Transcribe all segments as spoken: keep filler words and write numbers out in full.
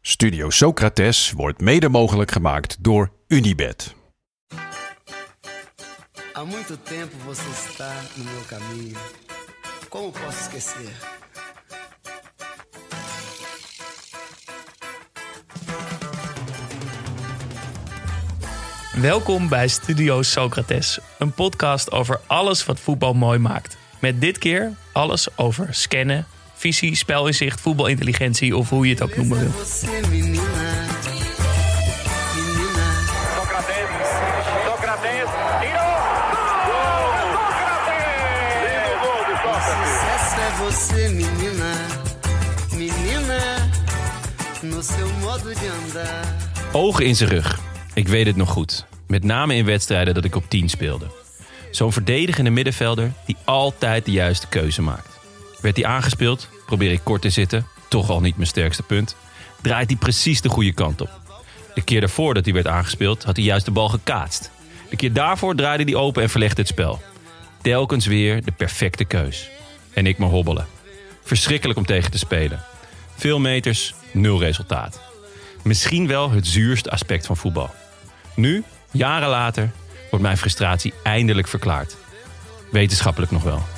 Studio Socrates wordt mede mogelijk gemaakt door Unibet. Há muito tempo você está no meu caminho. Como posso esquecer? Welkom bij Studio Socrates, een podcast over alles wat voetbal mooi maakt. Met dit keer alles over scannen, visie, spelinzicht, voetbalintelligentie of hoe je het ook noemen wil. Ogen in zijn rug. Ik weet het nog goed. Met name in wedstrijden dat ik op tien speelde. Zo'n verdedigende middenvelder die altijd de juiste keuze maakt. Werd hij aangespeeld, probeer ik kort te zitten, toch al niet mijn sterkste punt. Draait hij precies de goede kant op. De keer daarvoor dat hij werd aangespeeld, had hij juist de bal gekaatst. De keer daarvoor draaide hij open en verlegde het spel. Telkens weer de perfecte keus. En ik maar hobbelen. Verschrikkelijk om tegen te spelen. Veel meters, nul resultaat. Misschien wel het zuurste aspect van voetbal. Nu, jaren later, wordt mijn frustratie eindelijk verklaard. Wetenschappelijk nog wel.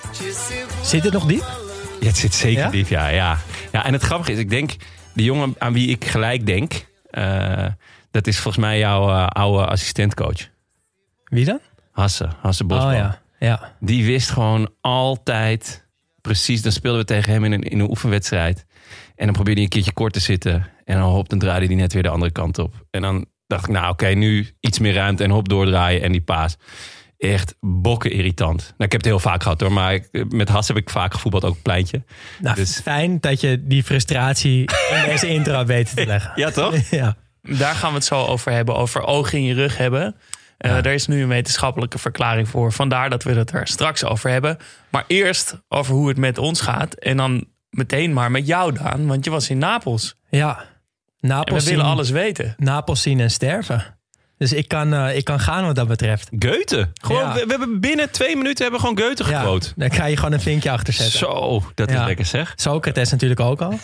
Zit het nog diep? Ja, het zit zeker Ja? diep, ja, ja. Ja, en het grappige is, ik denk, de jongen aan wie ik gelijk denk, uh, dat is volgens mij jouw uh, oude assistentcoach. Wie dan? Hasse, Hasse Bosman. Oh ja, ja. Die wist gewoon altijd precies, dan speelden we tegen hem in een, in een oefenwedstrijd. En dan probeerde hij een keertje kort te zitten. En dan hop, dan draaide hij net weer de andere kant op. En dan dacht ik, nou oké, okay, nu iets meer ruimte en hop doordraaien en die paas. Echt bokken irritant. Nou, ik heb het heel vaak gehad hoor, maar ik, met Has heb ik vaak gevoetbald, ook op het pleintje. Nou, Dus- fijn dat je die frustratie in deze intro weet te leggen. Ja, toch? Ja. Daar gaan we het zo over hebben, over ogen in je rug hebben. Uh, Ja. Daar is nu een wetenschappelijke verklaring voor. Vandaar dat we het er straks over hebben. Maar eerst over hoe het met ons gaat. En dan meteen maar met jou, Daan. Want je was in Napels. Ja. En we Napels zien, willen alles weten. Napels zien en sterven. Dus ik kan, uh, ik kan gaan wat dat betreft. Goethe. Gewoon, Ja. we, we hebben binnen twee minuten hebben we gewoon Goethe Ja, gequote. daar kan je gewoon een vinkje achter zetten. Zo, dat is Ja. lekker zeg. Socrates natuurlijk ook al.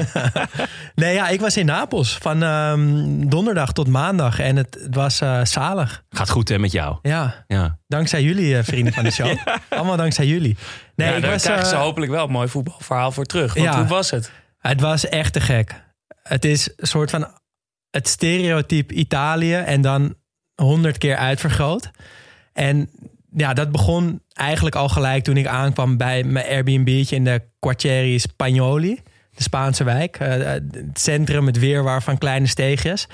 Nee, ja, ik was in Napels van um, donderdag tot maandag. En het, het was uh, zalig. Gaat goed hè met jou. Ja, Ja. dankzij jullie uh, vrienden van de show. Allemaal dankzij jullie. Nee, Ja, ik daar was, krijgen ze uh, hopelijk wel een mooi voetbalverhaal voor terug. Want Ja. hoe was het? Het was echt te gek. Het is een soort van het stereotype Italië en dan honderd keer uitvergroot. En ja, dat begon eigenlijk al gelijk toen ik aankwam bij mijn Airbnb'tje in de Quartieri Spagnoli, de Spaanse wijk. Uh, het centrum, het weerwaar van kleine steegjes.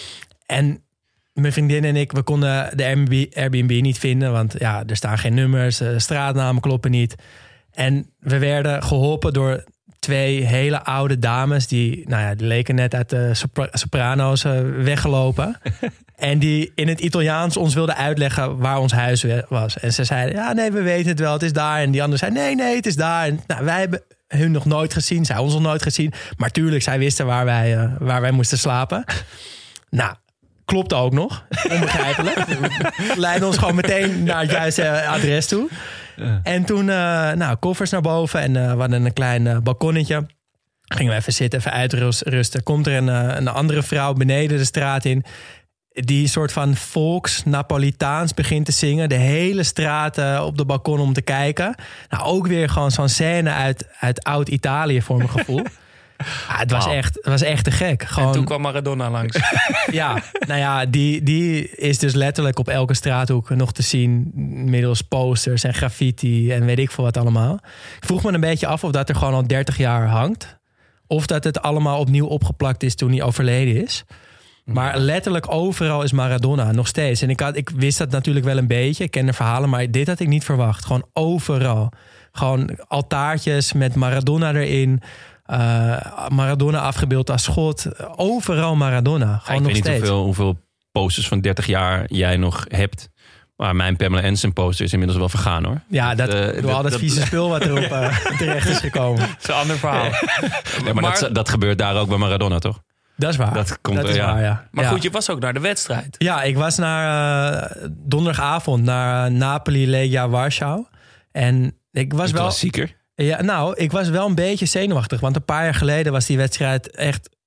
En mijn vriendin en ik, we konden de Airbnb, Airbnb niet vinden, want ja, er staan geen nummers, de straatnamen kloppen niet. En we werden geholpen door twee hele oude dames die, nou ja, die leken net uit de sopra- Soprano's uh, weggelopen. En die in het Italiaans ons wilden uitleggen waar ons huis we- was. En ze zeiden, ja, nee, we weten het wel, het is daar. En die andere zei, nee, nee, het is daar. En nou, wij hebben hun nog nooit gezien, zij ons nog nooit gezien. Maar tuurlijk, zij wisten waar wij, uh, waar wij moesten slapen. Nou, klopt ook nog. Onbegrijpelijk. Leidden ons gewoon meteen naar het juiste adres toe. Ja. En toen, uh, nou, koffers naar boven en uh, we hadden een klein uh, balkonnetje. Gingen we even zitten, even uitrusten. Komt er een, uh, een andere vrouw beneden de straat in, die een soort van volks-Napolitaans begint te zingen. De hele straat uh, op de balkon om te kijken. Nou, ook weer gewoon zo'n scène uit, uit oud-Italië voor mijn gevoel. Ja, het, was Wauw. echt, het was echt te gek. Gewoon, En toen kwam Maradona langs. ja, nou ja, die, die is dus letterlijk op elke straathoek nog te zien. Middels posters en graffiti en weet ik veel wat allemaal. Ik vroeg me een beetje af of dat er gewoon al dertig jaar hangt. Of dat het allemaal opnieuw opgeplakt is toen hij overleden is. Maar letterlijk overal is Maradona, nog steeds. En ik, had, ik wist dat natuurlijk wel een beetje. Ik ken de verhalen, maar dit had ik niet verwacht. Gewoon overal. Gewoon altaartjes met Maradona erin. Uh, Maradona afgebeeld als schot. Overal Maradona. Ja, Gewoon ik nog weet niet steeds. hoeveel, hoeveel posters van dertig jaar jij nog hebt. Maar mijn Pamela Anderson poster is inmiddels wel vergaan hoor. Ja, dat, eh, door dat- al dat dat- vieze spul wat erop uh, terecht is gekomen. Dat is een ander verhaal. Ja, maar Maar- dat, dat gebeurt daar ook bij Maradona toch? Dat is waar. Dat komt, is ja. waar, ja. Maar ja. goed, je was ook naar de wedstrijd. Ja, ik was naar uh, donderdagavond naar uh, Napoli, Legia, Warschau. En ik was Een wel... klassieker. Ja, nou, ik was wel een beetje zenuwachtig. Want een paar jaar geleden was die wedstrijd echt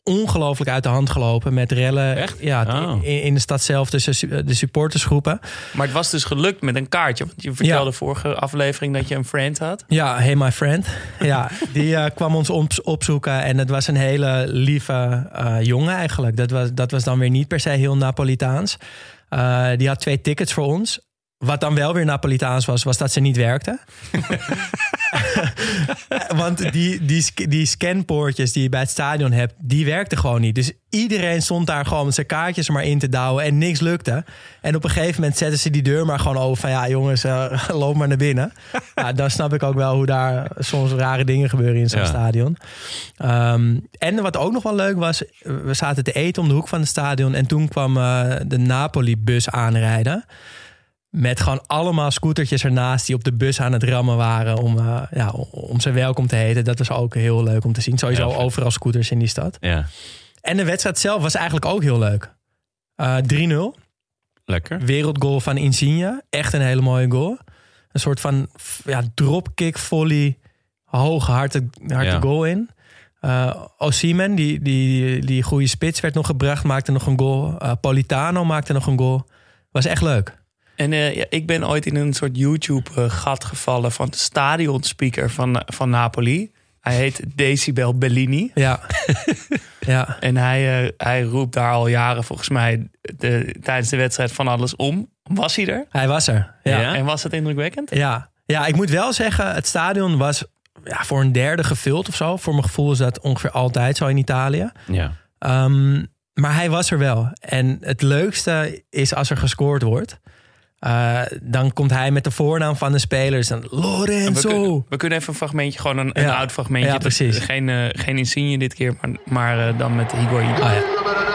ongelooflijk uit de hand gelopen met rellen. Echt? Ja, Oh. in, in de stad zelf tussen su- de supportersgroepen. Maar het was dus gelukt met een kaartje. Want je vertelde Ja. vorige aflevering dat je een friend had. Ja, hey my friend. Ja, die uh, kwam ons op, opzoeken en het was een hele lieve uh, jongen eigenlijk. Dat was, dat was dan weer niet per se heel Napolitaans. Uh, die had twee tickets voor ons. Wat dan wel weer Napolitaans was, was dat ze niet werkten. Want die, die, die scanpoortjes die je bij het stadion hebt, die werkten gewoon niet. Dus iedereen stond daar gewoon met zijn kaartjes er maar in te douwen en niks lukte. En op een gegeven moment zetten ze die deur maar gewoon over van ja jongens, uh, loop maar naar binnen. Ja, dan snap ik ook wel hoe daar soms rare dingen gebeuren in zo'n Ja. stadion. Um, en wat ook nog wel leuk was, we zaten te eten om de hoek van het stadion en toen kwam uh, de Napoli-bus aanrijden. Met gewoon allemaal scootertjes ernaast die op de bus aan het rammen waren om, uh, ja, om ze welkom te heten. Dat was ook heel leuk om te zien. Sowieso Ja, overal scooters in die stad. Ja, En de wedstrijd zelf was eigenlijk ook heel leuk. Uh, drie nul. lekker. Wereldgoal van Insigne. Echt een hele mooie goal. Een soort van ja, dropkick, volley, hoge, harde, harde Ja. goal in. Uh, Osimhen, die, die, die goede spits, werd nog gebracht. Maakte nog een goal. Uh, Politano maakte nog een goal. Was echt leuk. En uh, ja, ik ben ooit in een soort YouTube-gat gevallen van de stadionspeaker van, van Napoli. Hij heet Decibel Bellini. Ja. ja. En hij, uh, hij roept daar al jaren volgens mij de, tijdens de wedstrijd van alles om. Was hij er? Hij was er. Ja. Ja? En was het indrukwekkend? Ja. ja, ik moet wel zeggen, het stadion was ja, voor een derde gevuld of zo. Voor mijn gevoel is dat ongeveer altijd zo in Italië. Ja. Um, maar hij was er wel. En het leukste is als er gescoord wordt. Uh, dan komt hij met de voornaam van de spelers. Dan We, Lorenzo. kun- we kunnen even een fragmentje, gewoon een, een Ja. oud fragmentje. Ja, precies. Dus geen, uh, geen Insigne dit keer, maar, maar uh, dan met Higuain. Ah, ja.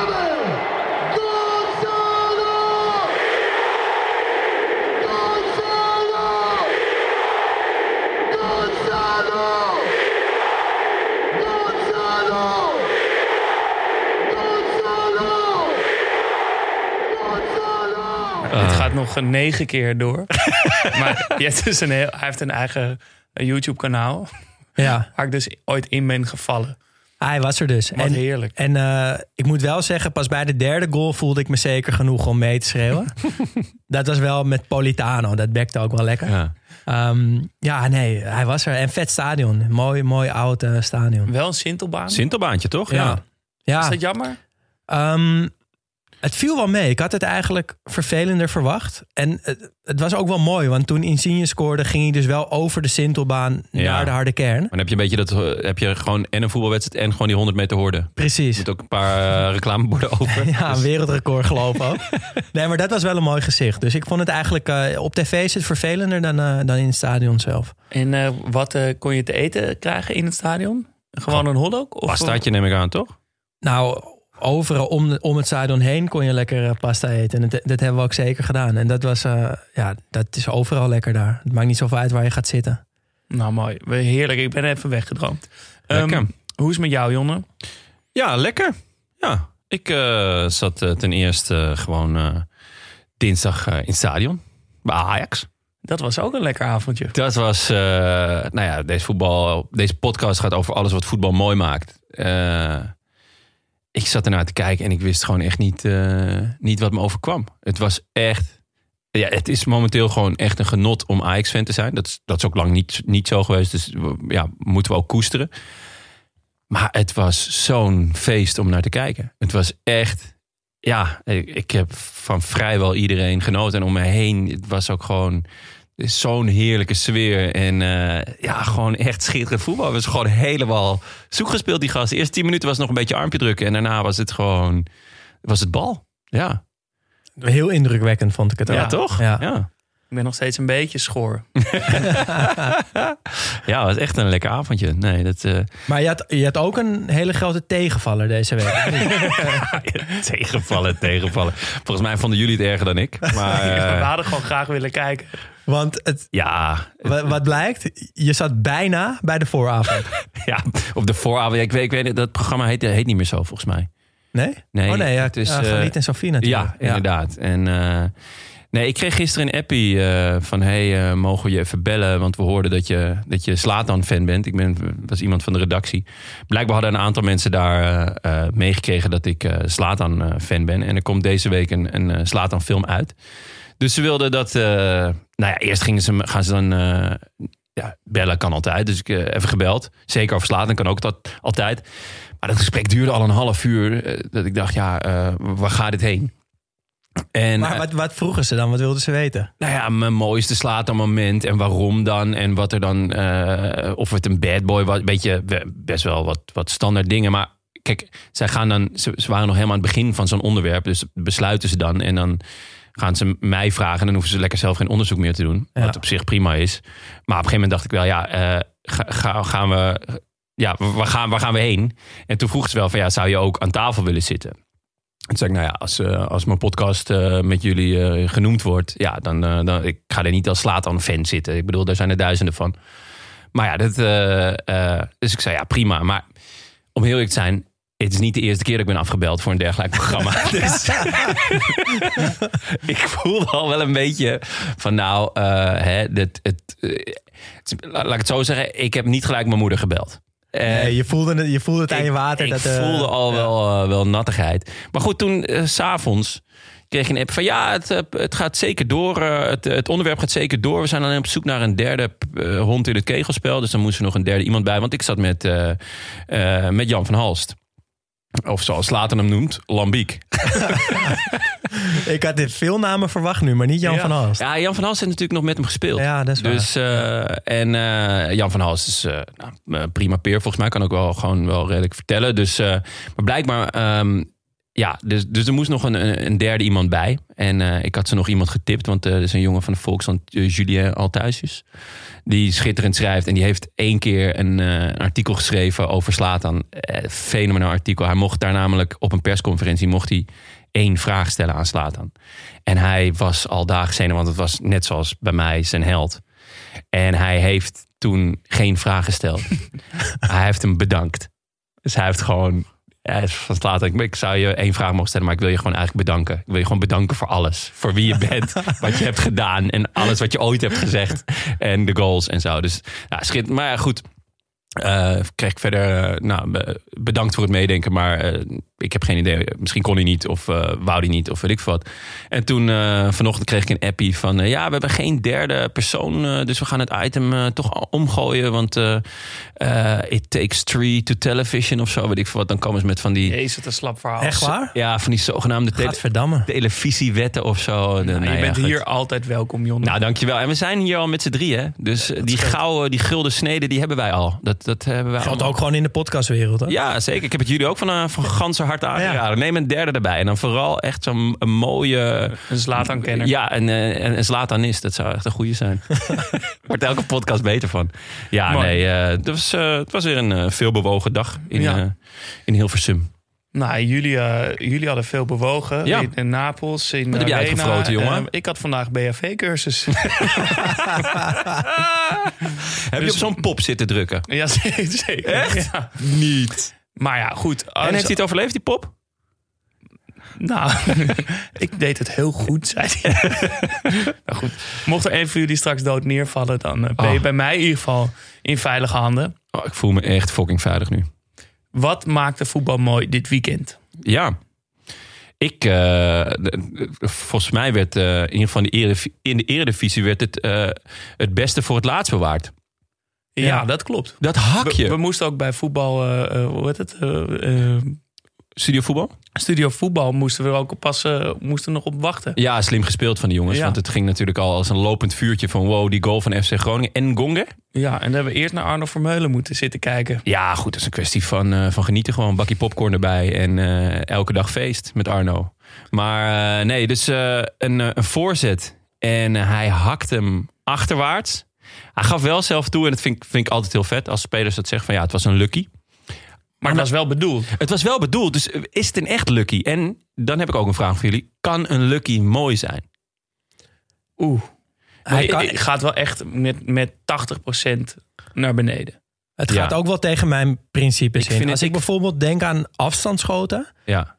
Het gaat nog een negen keer door. Maar je hebt dus een heel, hij heeft een eigen YouTube-kanaal. ja, Waar ik dus ooit in ben gevallen. hij was er dus. Wat En, heerlijk. en uh, ik moet wel zeggen, pas bij de derde goal voelde ik me zeker genoeg om mee te schreeuwen. Dat was wel met Politano. Dat bekte ook wel lekker. Ja. Um, ja, nee, hij was er. En vet stadion. Mooi, mooi oud uh, stadion. Wel een sintelbaan. Sintelbaantje, toch? Ja. Ja. Is dat jammer? Um, het viel wel mee. Ik had het eigenlijk vervelender verwacht. En het, het was ook wel mooi. Want toen Insigne scoorde, ging hij dus wel over de Sintelbaan Ja. naar de harde kern. Maar dan heb je een beetje dat, uh, heb je gewoon en een voetbalwedstrijd en gewoon die honderd meter horde. Er Precies. moet ook een paar uh, reclameborden over. Ja, een wereldrecord gelopen ook. Nee, maar dat was wel een mooi gezicht. Dus ik vond het eigenlijk... Uh, op tv is het vervelender dan, uh, dan in het stadion zelf. En uh, wat uh, kon je te eten krijgen in het stadion? Gewoon een hotdog? Of Pastaatje neem ik aan, toch? Nou, overal om, om het stadion heen kon je lekker uh, pasta eten. En dat, dat hebben we ook zeker gedaan. En dat was, uh, ja, dat is overal lekker daar. Het maakt niet zoveel uit waar je gaat zitten. Nou, mooi. Heerlijk. Ik ben even weggedroomd. Lekker. Um, hoe is het met jou, Jonne? Ja, lekker. Ja, ik uh, zat uh, ten eerste uh, gewoon uh, dinsdag uh, in het stadion. Bij Ajax. Dat was ook een lekker avondje. Dat was, uh, nou ja, deze, voetbal, deze podcast gaat over alles wat voetbal mooi maakt. Uh, ik zat ernaar te kijken en ik wist gewoon echt niet, uh, niet wat me overkwam. Het was echt, ja, het is momenteel gewoon echt een genot om Ajax-fan te zijn. Dat is, dat is ook lang niet, niet zo geweest, dus ja, moeten we ook koesteren. Maar het was zo'n feest om naar te kijken. Het was echt, ja, ik, ik heb van vrijwel iedereen genoten. En om me heen, het was ook gewoon zo'n heerlijke sfeer. En uh, ja, gewoon echt schitterend voetbal. Het was gewoon helemaal zoek gespeeld, die gasten. De eerste tien minuten was het nog een beetje armpje drukken. En daarna was het gewoon, was het bal. Ja, Heel indrukwekkend vond ik het ook. ja toch? Ja. Ja. Ik ben nog steeds een beetje schoor. Ja, het was echt een lekker avondje. Nee, dat, uh... Maar je had, je had ook een hele grote tegenvaller deze week. tegenvallen, tegenvallen. Volgens mij vonden jullie het erger dan ik. Maar Ja, we uh, hadden gewoon graag willen kijken. Want het, ja, wa- wat blijkt, je zat bijna bij de vooravond. ja, op de vooravond. Ja, ik weet, ik weet, dat programma heet, heet niet meer zo volgens mij. Nee? Nee, oh nee, ja, het is, uh, uh, Galit en Sofie natuurlijk. Ja, inderdaad. En uh, Nee, ik kreeg gisteren een appie uh, van... hey, uh, mogen we je even bellen? Want we hoorden dat je, dat je Zlatan-fan bent. Ik ben, was iemand van de redactie. Blijkbaar hadden een aantal mensen daar uh, uh, meegekregen... dat ik uh, Zlatan-fan ben. En er komt deze week een, een uh, Zlatan-film uit. Dus ze wilden dat... Uh, nou ja, eerst gingen ze, gaan ze dan... Uh, ja, bellen kan altijd. Dus ik uh, even gebeld. Zeker over Zlatan kan ook dat altijd. Maar dat gesprek duurde al een half uur. Uh, dat ik dacht, ja, uh, waar gaat dit heen? En, maar wat, wat vroegen ze dan? Wat wilden ze weten? Nou ja, mijn mooiste Zlatan moment en waarom dan? En wat er dan, uh, of het een bad boy was. Een beetje, best wel wat, wat standaard dingen. Maar kijk, zij gaan dan, ze, ze waren nog helemaal aan het begin van zo'n onderwerp. Dus besluiten ze dan en dan gaan ze mij vragen. En dan hoeven ze lekker zelf geen onderzoek meer te doen. Ja. Wat op zich prima is. Maar op een gegeven moment dacht ik wel, ja, uh, ga, ga, gaan we, ja, waar gaan, waar gaan we heen? En toen vroeg ze wel van, ja, zou je ook aan tafel willen zitten? En toen zei ik, nou ja, als, uh, als mijn podcast uh, met jullie uh, genoemd wordt... ja, dan, uh, dan ik ga er niet als Zlatan-fan zitten. Ik bedoel, daar zijn er duizenden van. Maar ja, dat, uh, uh, dus ik zei, ja, prima. Maar om heel eerlijk te zijn... het is niet de eerste keer dat ik ben afgebeld voor een dergelijk programma. Dus ik voelde al wel een beetje van nou... Uh, hè, het, het, het, laat ik het zo zeggen, ik heb niet gelijk mijn moeder gebeld. Uh, nee, je, voelde het, je voelde het aan ik, je water. Ik dat, uh, voelde al ja. wel, uh, wel nattigheid. Maar goed, toen uh, 's avonds kreeg ik een app van... ja, het, het gaat zeker door. Uh, het, het onderwerp gaat zeker door. We zijn alleen op zoek naar een derde uh, hond in het kegelspel. Dus dan moest er nog een derde iemand bij. Want ik zat met, uh, uh, met Jan van Halst. Of zoals Zlatan hem noemt, Lambiek. Ik had dit veel namen verwacht nu, maar niet Jan ja. van Halst. Ja, Jan van Halst heeft natuurlijk nog met hem gespeeld. Ja, dat is waar. Dus, uh, en uh, Jan van Halst is uh, nou, prima peer. Volgens mij kan ook wel gewoon wel redelijk vertellen. Dus, uh, maar blijkbaar, um, ja, dus, dus er moest nog een, een derde iemand bij. En uh, ik had ze nog iemand getipt, want uh, er is een jongen van de Volkskrant, uh, Julien Althuisjes. Die schitterend schrijft. En die heeft één keer een, uh, een artikel geschreven over Zlatan. Uh, fenomenaal artikel. Hij mocht daar namelijk op een persconferentie... mocht hij één vraag stellen aan Zlatan. En hij was al dagen zenuwachtig. Want het was net zoals bij mij zijn held. En hij heeft toen geen vraag gesteld. Hij heeft hem bedankt. Dus hij heeft gewoon... Ja, van Zlatan, ik zou je één vraag mogen stellen, maar ik wil je gewoon eigenlijk bedanken. Ik wil je gewoon bedanken voor alles. Voor wie je bent, wat je hebt gedaan en alles wat je ooit hebt gezegd. En de goals en zo. Dus ja, schitterend. Maar ja, goed. Uh, kreeg ik verder, uh, nou, bedankt voor het meedenken, maar uh, ik heb geen idee. Misschien kon hij niet of uh, wou hij niet of weet ik veel wat. En toen uh, vanochtend kreeg ik een appie van... Uh, ja, we hebben geen derde persoon, uh, dus we gaan het item uh, toch omgooien. Want uh, uh, it takes three to television of zo, weet ik veel wat. Dan komen ze met van die... Jezus, wat een slap verhaal. Echt waar? Ja, van die zogenaamde tele- televisiewetten of zo. Nou, de, nou, je ja, bent goed. hier altijd welkom, Jon. Nou, dankjewel. En we zijn hier al met z'n drieën. Dus ja, die gouden, die gulden sneden, die hebben wij al. Dat, dat hebben wij Geldt ook gewoon in de podcastwereld, hè? Ja, zeker. Ik heb het jullie ook van, uh, van ganse hart aangeraden. Ja. Neem een derde erbij. En dan vooral echt zo'n een mooie... Een Zlatan-kenner. Ja, een, een, een Zlatanist. Dat zou echt een goede zijn. Wordt elke podcast beter van. Ja, Mooi. nee. Uh, het, was, uh, het was weer een uh, veelbewogen dag in, ja. uh, in Hilversum. Nou, jullie, uh, jullie hadden veel bewogen. Ja. In, in Napels, in Wat heb je Arena. uitgefroten, jongen? Uh, ik had vandaag B H V-cursus. Heb je op zo'n pop zitten drukken? Ja, zeker. Echt? Ja. Niet. Maar ja, goed. Als... En heeft hij het overleefd, die pop? Nou, ik deed het heel goed, zei hij. Nou goed, mocht er een van jullie straks dood neervallen... dan uh, ben je oh. bij mij in ieder geval in veilige handen. Oh, ik voel me echt fucking veilig nu. Wat maakte voetbal mooi dit weekend? Ja, ik, uh, de, volgens mij werd uh, in ieder geval in de, erediv- in de eredivisie werd het, uh, het beste voor het laatst bewaard. Ja, ja, dat klopt. Dat hakje. We, we moesten ook bij voetbal, uh, uh, hoe heet het? Uh, uh, Studio voetbal? Studio voetbal moesten we ook pas uh, moesten nog op wachten. Ja, slim gespeeld van die jongens. Ja. Want het ging natuurlijk al als een lopend vuurtje van wow, die goal van F C Groningen en Gonge. Ja, en dan hebben we eerst naar Arno Vermeulen moeten zitten kijken. Ja, goed, dat is een kwestie van, uh, van genieten. Gewoon een bakje popcorn erbij en uh, elke dag feest met Arno. Maar uh, nee, dus uh, een, een voorzet en hij hakt hem achterwaarts. Hij gaf wel zelf toe, en dat vind ik, vind ik altijd heel vet als spelers dat zeggen van ja, het was een lucky. Maar het was wel bedoeld. Het was wel bedoeld, dus is het een echt lucky? En dan heb ik ook een vraag voor jullie. Kan een lucky mooi zijn? Oeh. Hij kan... gaat wel echt met, met tachtig procent naar beneden. Het gaat ja. ook wel tegen mijn principes ik in. Als ik, ik ik bijvoorbeeld denk aan afstandsschoten... Ja.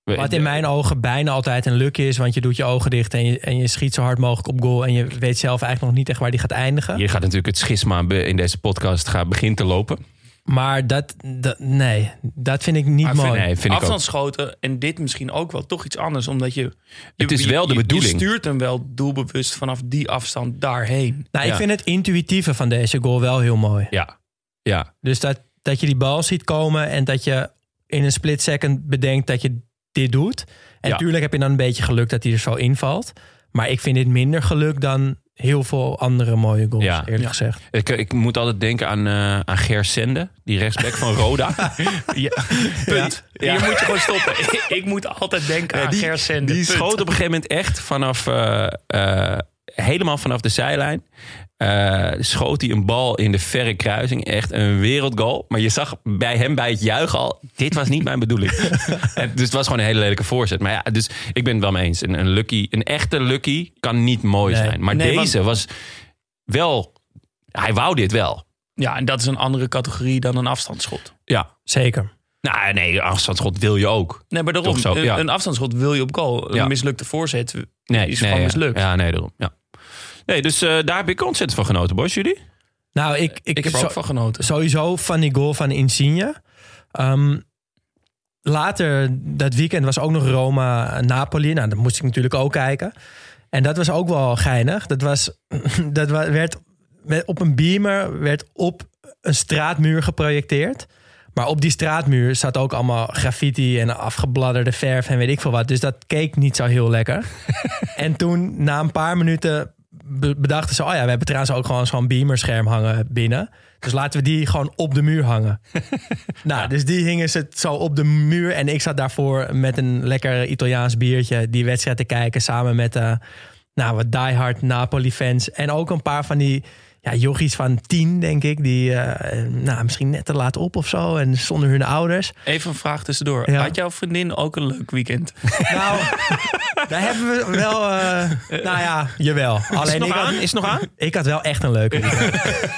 Wat in mijn ogen bijna altijd een lucky is. Want je doet je ogen dicht en je, en je schiet zo hard mogelijk op goal. En je weet zelf eigenlijk nog niet echt waar die gaat eindigen. Hier gaat natuurlijk het schisma in deze podcast gaat begint te lopen. Maar dat, dat nee, dat vind ik niet Maar mooi. vind- Nee, vind ik ook. Afstandsschoten en dit misschien ook wel toch iets anders. Omdat je... je Het is wel de je- bedoeling. Je stuurt hem wel doelbewust vanaf die afstand daarheen. Nou, Ja. ik vind het intuïtieve van deze goal wel heel mooi. Ja, ja. Dus dat, dat je die bal ziet komen en dat je in een split second bedenkt dat je dit doet. En Ja. natuurlijk heb je dan een beetje geluk dat hij er zo invalt. Maar ik vind dit minder geluk dan heel veel andere mooie goals, Ja. eerlijk Ja. gezegd. Ik, ik moet altijd denken aan, uh, aan Ger Sende, die rechtsback van Roda. Ja, punt. Hier moet je gewoon stoppen. ik moet altijd denken aan die, Ger Sende. Die Punt. schoot op een gegeven moment echt vanaf... Uh, uh, helemaal vanaf de zijlijn. Uh, schoot hij een bal in de verre kruising. Echt een wereldgoal. Maar je zag bij hem bij het juichen al... dit was niet mijn bedoeling. En dus het was gewoon een hele lelijke voorzet. Maar ja, dus ik ben het wel mee eens. Een, een, lucky, een echte lucky kan niet mooi Nee. zijn. Maar Nee, deze want- was wel... Hij wou dit wel. Ja, en dat is een andere categorie dan een afstandsschot. Ja. Zeker. Nou nee, afstandsschot wil je ook. Nee, maar daarom. Toch zo, ja. Een afstandsschot wil je op goal. Een Ja. mislukte voorzet Nee, is nee, gewoon ja. mislukt. Ja, nee, daarom. Ja. Nee, dus uh, daar heb ik ontzettend van genoten, boys. Jullie? Nou, ik, ik, Ik heb er zo- ook van genoten. sowieso van die goal van Insigne. Um, later dat weekend was ook nog Roma-Napoli. Nou, dat moest ik natuurlijk ook kijken. En dat was ook wel geinig. Dat was, dat wa- werd, werd op een beamer werd op een straatmuur geprojecteerd. Maar op die straatmuur zat ook allemaal graffiti en afgebladderde verf en weet ik veel wat. Dus dat keek niet zo heel lekker. En toen, na een paar minuten, be- bedachten ze... oh ja, we hebben trouwens ook gewoon zo'n beamerscherm hangen binnen. Dus laten we die gewoon op de muur hangen. Nou, dus die hingen ze zo op de muur. En ik zat daarvoor met een lekker Italiaans biertje... die wedstrijd te kijken samen met uh, nou, wat diehard Napoli-fans. En ook een paar van die... ja, jochies van tien, denk ik, die uh, nou, misschien net te laat op of zo en zonder hun ouders. Even een vraag tussendoor. Ja. Had jouw vriendin ook een leuk weekend? Nou, daar hebben we wel, uh, nou ja, jawel. Alleen nog ik had, aan? Is het nog aan? Ik had wel echt een leuke weekend.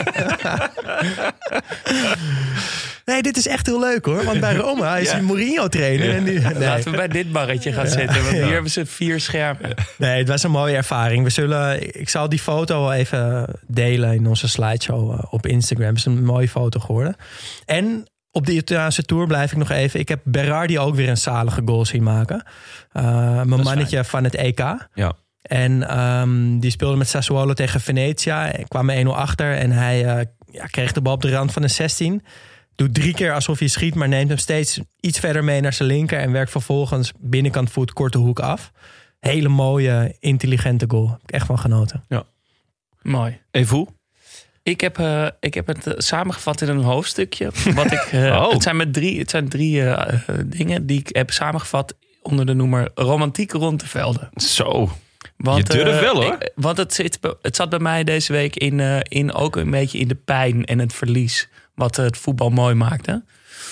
Nee, dit is echt heel leuk hoor. Want bij Roma is Ja. die Mourinho trainer. En die, nee. Laten we bij dit barretje gaan zitten. Want hier hebben ze vier schermen. nee, het was een mooie ervaring. We zullen, ik zal die foto wel even delen in onze slideshow uh, op Instagram. Het is een mooie foto geworden. En op de Italiaanse Tour blijf ik nog even. Ik heb Berardi ook weer een zalige goal zien maken. Uh, mijn mannetje fijn. van het E K. Ja. En um, die speelde met Sassuolo tegen Venetia. Ik kwam één nul achter en hij uh, ja, kreeg de bal op de rand van de zestien. Doet drie keer alsof hij schiet, maar neemt hem steeds iets verder mee naar zijn linker. En werkt vervolgens binnenkant voet korte hoek af. Hele mooie, intelligente goal. Heb ik echt van genoten. Mooi. Even hoe? Ik heb, uh, ik heb het uh, samengevat in een hoofdstukje. Wat ik, uh, Oh. Het zijn met drie, het zijn drie uh, uh, dingen die ik heb samengevat onder de noemer romantiek rond de velden. Zo. Want, Je durft uh, wel, hoor. ik- want het, zit, be- het zat bij mij deze week in, uh, in ook een beetje in de pijn en het verlies. Wat uh, het voetbal mooi maakte.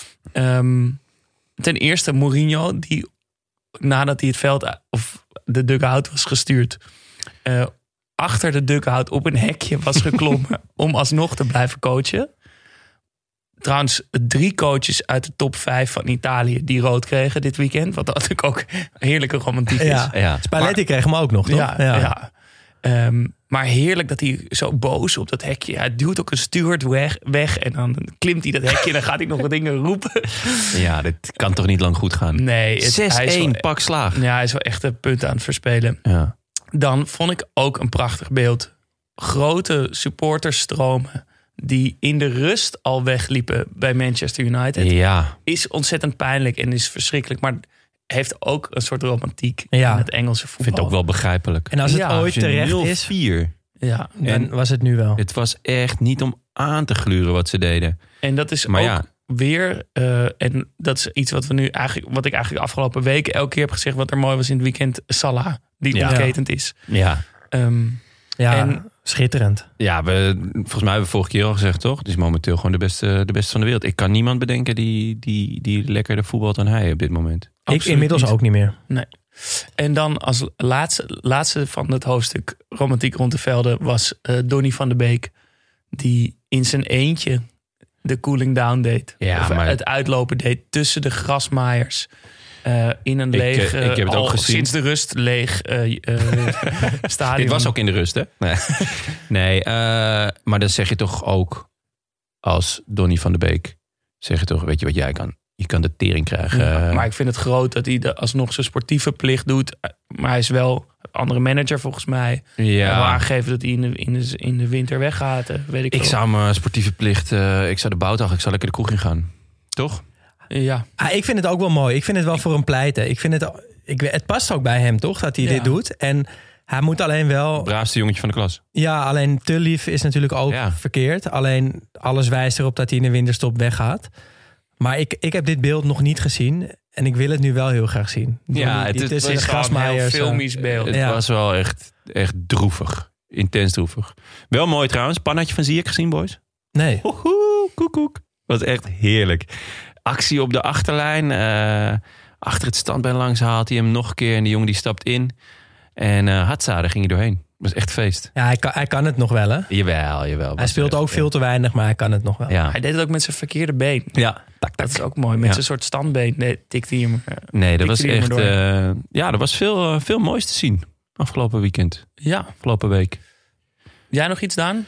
Um, ten eerste Mourinho, die nadat hij het veld uh, of de dugout was gestuurd, uh, achter de dugout op een hekje was geklommen om alsnog te blijven coachen. Trouwens, drie coaches uit de top vijf van Italië die rood kregen dit weekend. Wat natuurlijk ook heerlijke romantiek is. Ja. Ja. Spalletti kreeg hem ook nog, toch? Ja, ja. Um, maar heerlijk dat hij zo boos op dat hekje... Hij duwt ook een steward weg, weg en dan klimt hij dat hekje... en dan gaat hij nog wat dingen roepen. Ja, dit kan toch niet lang goed gaan. Nee, het, hij is zes-één, wel- pak slaag. Ja, hij is wel echt een punt aan het verspelen. Ja. Dan vond ik ook een prachtig beeld. Grote supporterstromen die in de rust al wegliepen bij Manchester United. Ja. Is ontzettend pijnlijk en is verschrikkelijk... maar heeft ook een soort romantiek Ja. in het Engelse voetbal. Ik vind het ook wel begrijpelijk. En als het Ja, ooit terecht nul is, vier. Ja, dan En- was het nu wel. Het was echt niet om aan te gluren wat ze deden. en dat is Maar ook ja. weer... Uh, en dat is iets wat we nu eigenlijk... wat ik eigenlijk de afgelopen weken elke keer heb gezegd... wat er mooi was in het weekend. Salah, die Ja. ontketend is. Ja. Um, Ja, en- schitterend. Ja, we, volgens mij hebben we vorige keer al gezegd, toch? Het is momenteel gewoon de beste, de beste van de wereld. Ik kan niemand bedenken die, die, die lekkerder voetbalt dan hij op dit moment. Ik Absoluut inmiddels niet. ook niet meer. Nee. En dan als laatste, laatste van het hoofdstuk romantiek rond de velden was uh, Donny van de Beek, die in zijn eentje de cooling down deed. Ja, of maar- het uitlopen deed tussen de grasmaaiers. Uh, in een leeg, ik, uh, ik heb het al ook gezien. sinds de rust leeg uh, uh, stadion. Dit was ook in de rust, hè? Nee, nee uh, maar dan zeg je toch ook als Donny van de Beek, zeg je toch, weet je wat jij kan? Je kan de tering krijgen. Ja, maar ik vind het groot dat hij de, alsnog zijn sportieve plicht doet. Maar hij is wel een andere manager volgens mij. Ja. Hij wil aangeven dat hij in de, in de, in de winter weggaat. Weet ik ik wel. zou mijn sportieve plicht, uh, ik zou de boutdag, ik zou lekker de kroeg in gaan. Toch? Ja. Ah, ik vind het ook wel mooi. Ik vind het wel voor hem pleiten. Ik vind het, ik, het past ook bij hem, toch? Dat hij Ja. dit doet. En hij moet alleen wel... Braafste jongetje van de klas. Ja, alleen te lief is natuurlijk ook Ja. verkeerd. Alleen alles wijst erop dat hij in de winterstop weggaat. Maar ik, ik heb dit beeld nog niet gezien. En ik wil het nu wel heel graag zien. Ja, Die- het- die het tussen Het de is gewoon een heel grasmaaiers. filmisch beeld. Het Ja. was wel echt, echt droevig. Intens droevig. Wel mooi trouwens. Pannetje van Ziyech gezien, boys? Nee. Woehoe, koekoek. Was echt heerlijk. Actie op de achterlijn. Uh, achter het standbeen langs haalt hij hem nog een keer. En die jongen die stapt in. En uh, Hatsa, daar ging hij doorheen. Was echt feest. Ja, hij kan, hij kan het nog wel, hè? Jawel, jawel. Hij speelt ook veel te weinig, maar hij kan het nog wel. Ja. Hij deed het ook met zijn verkeerde been. Ja. Tak, Dat is ook mooi. Met Ja. zijn soort standbeen nee, tikte hij hem. uh, Nee, dat was tikte hij hem echt... erdoor. Uh, ja, er was veel, uh, veel moois te zien. Afgelopen weekend. Ja. Afgelopen week. Jij nog iets, Daan?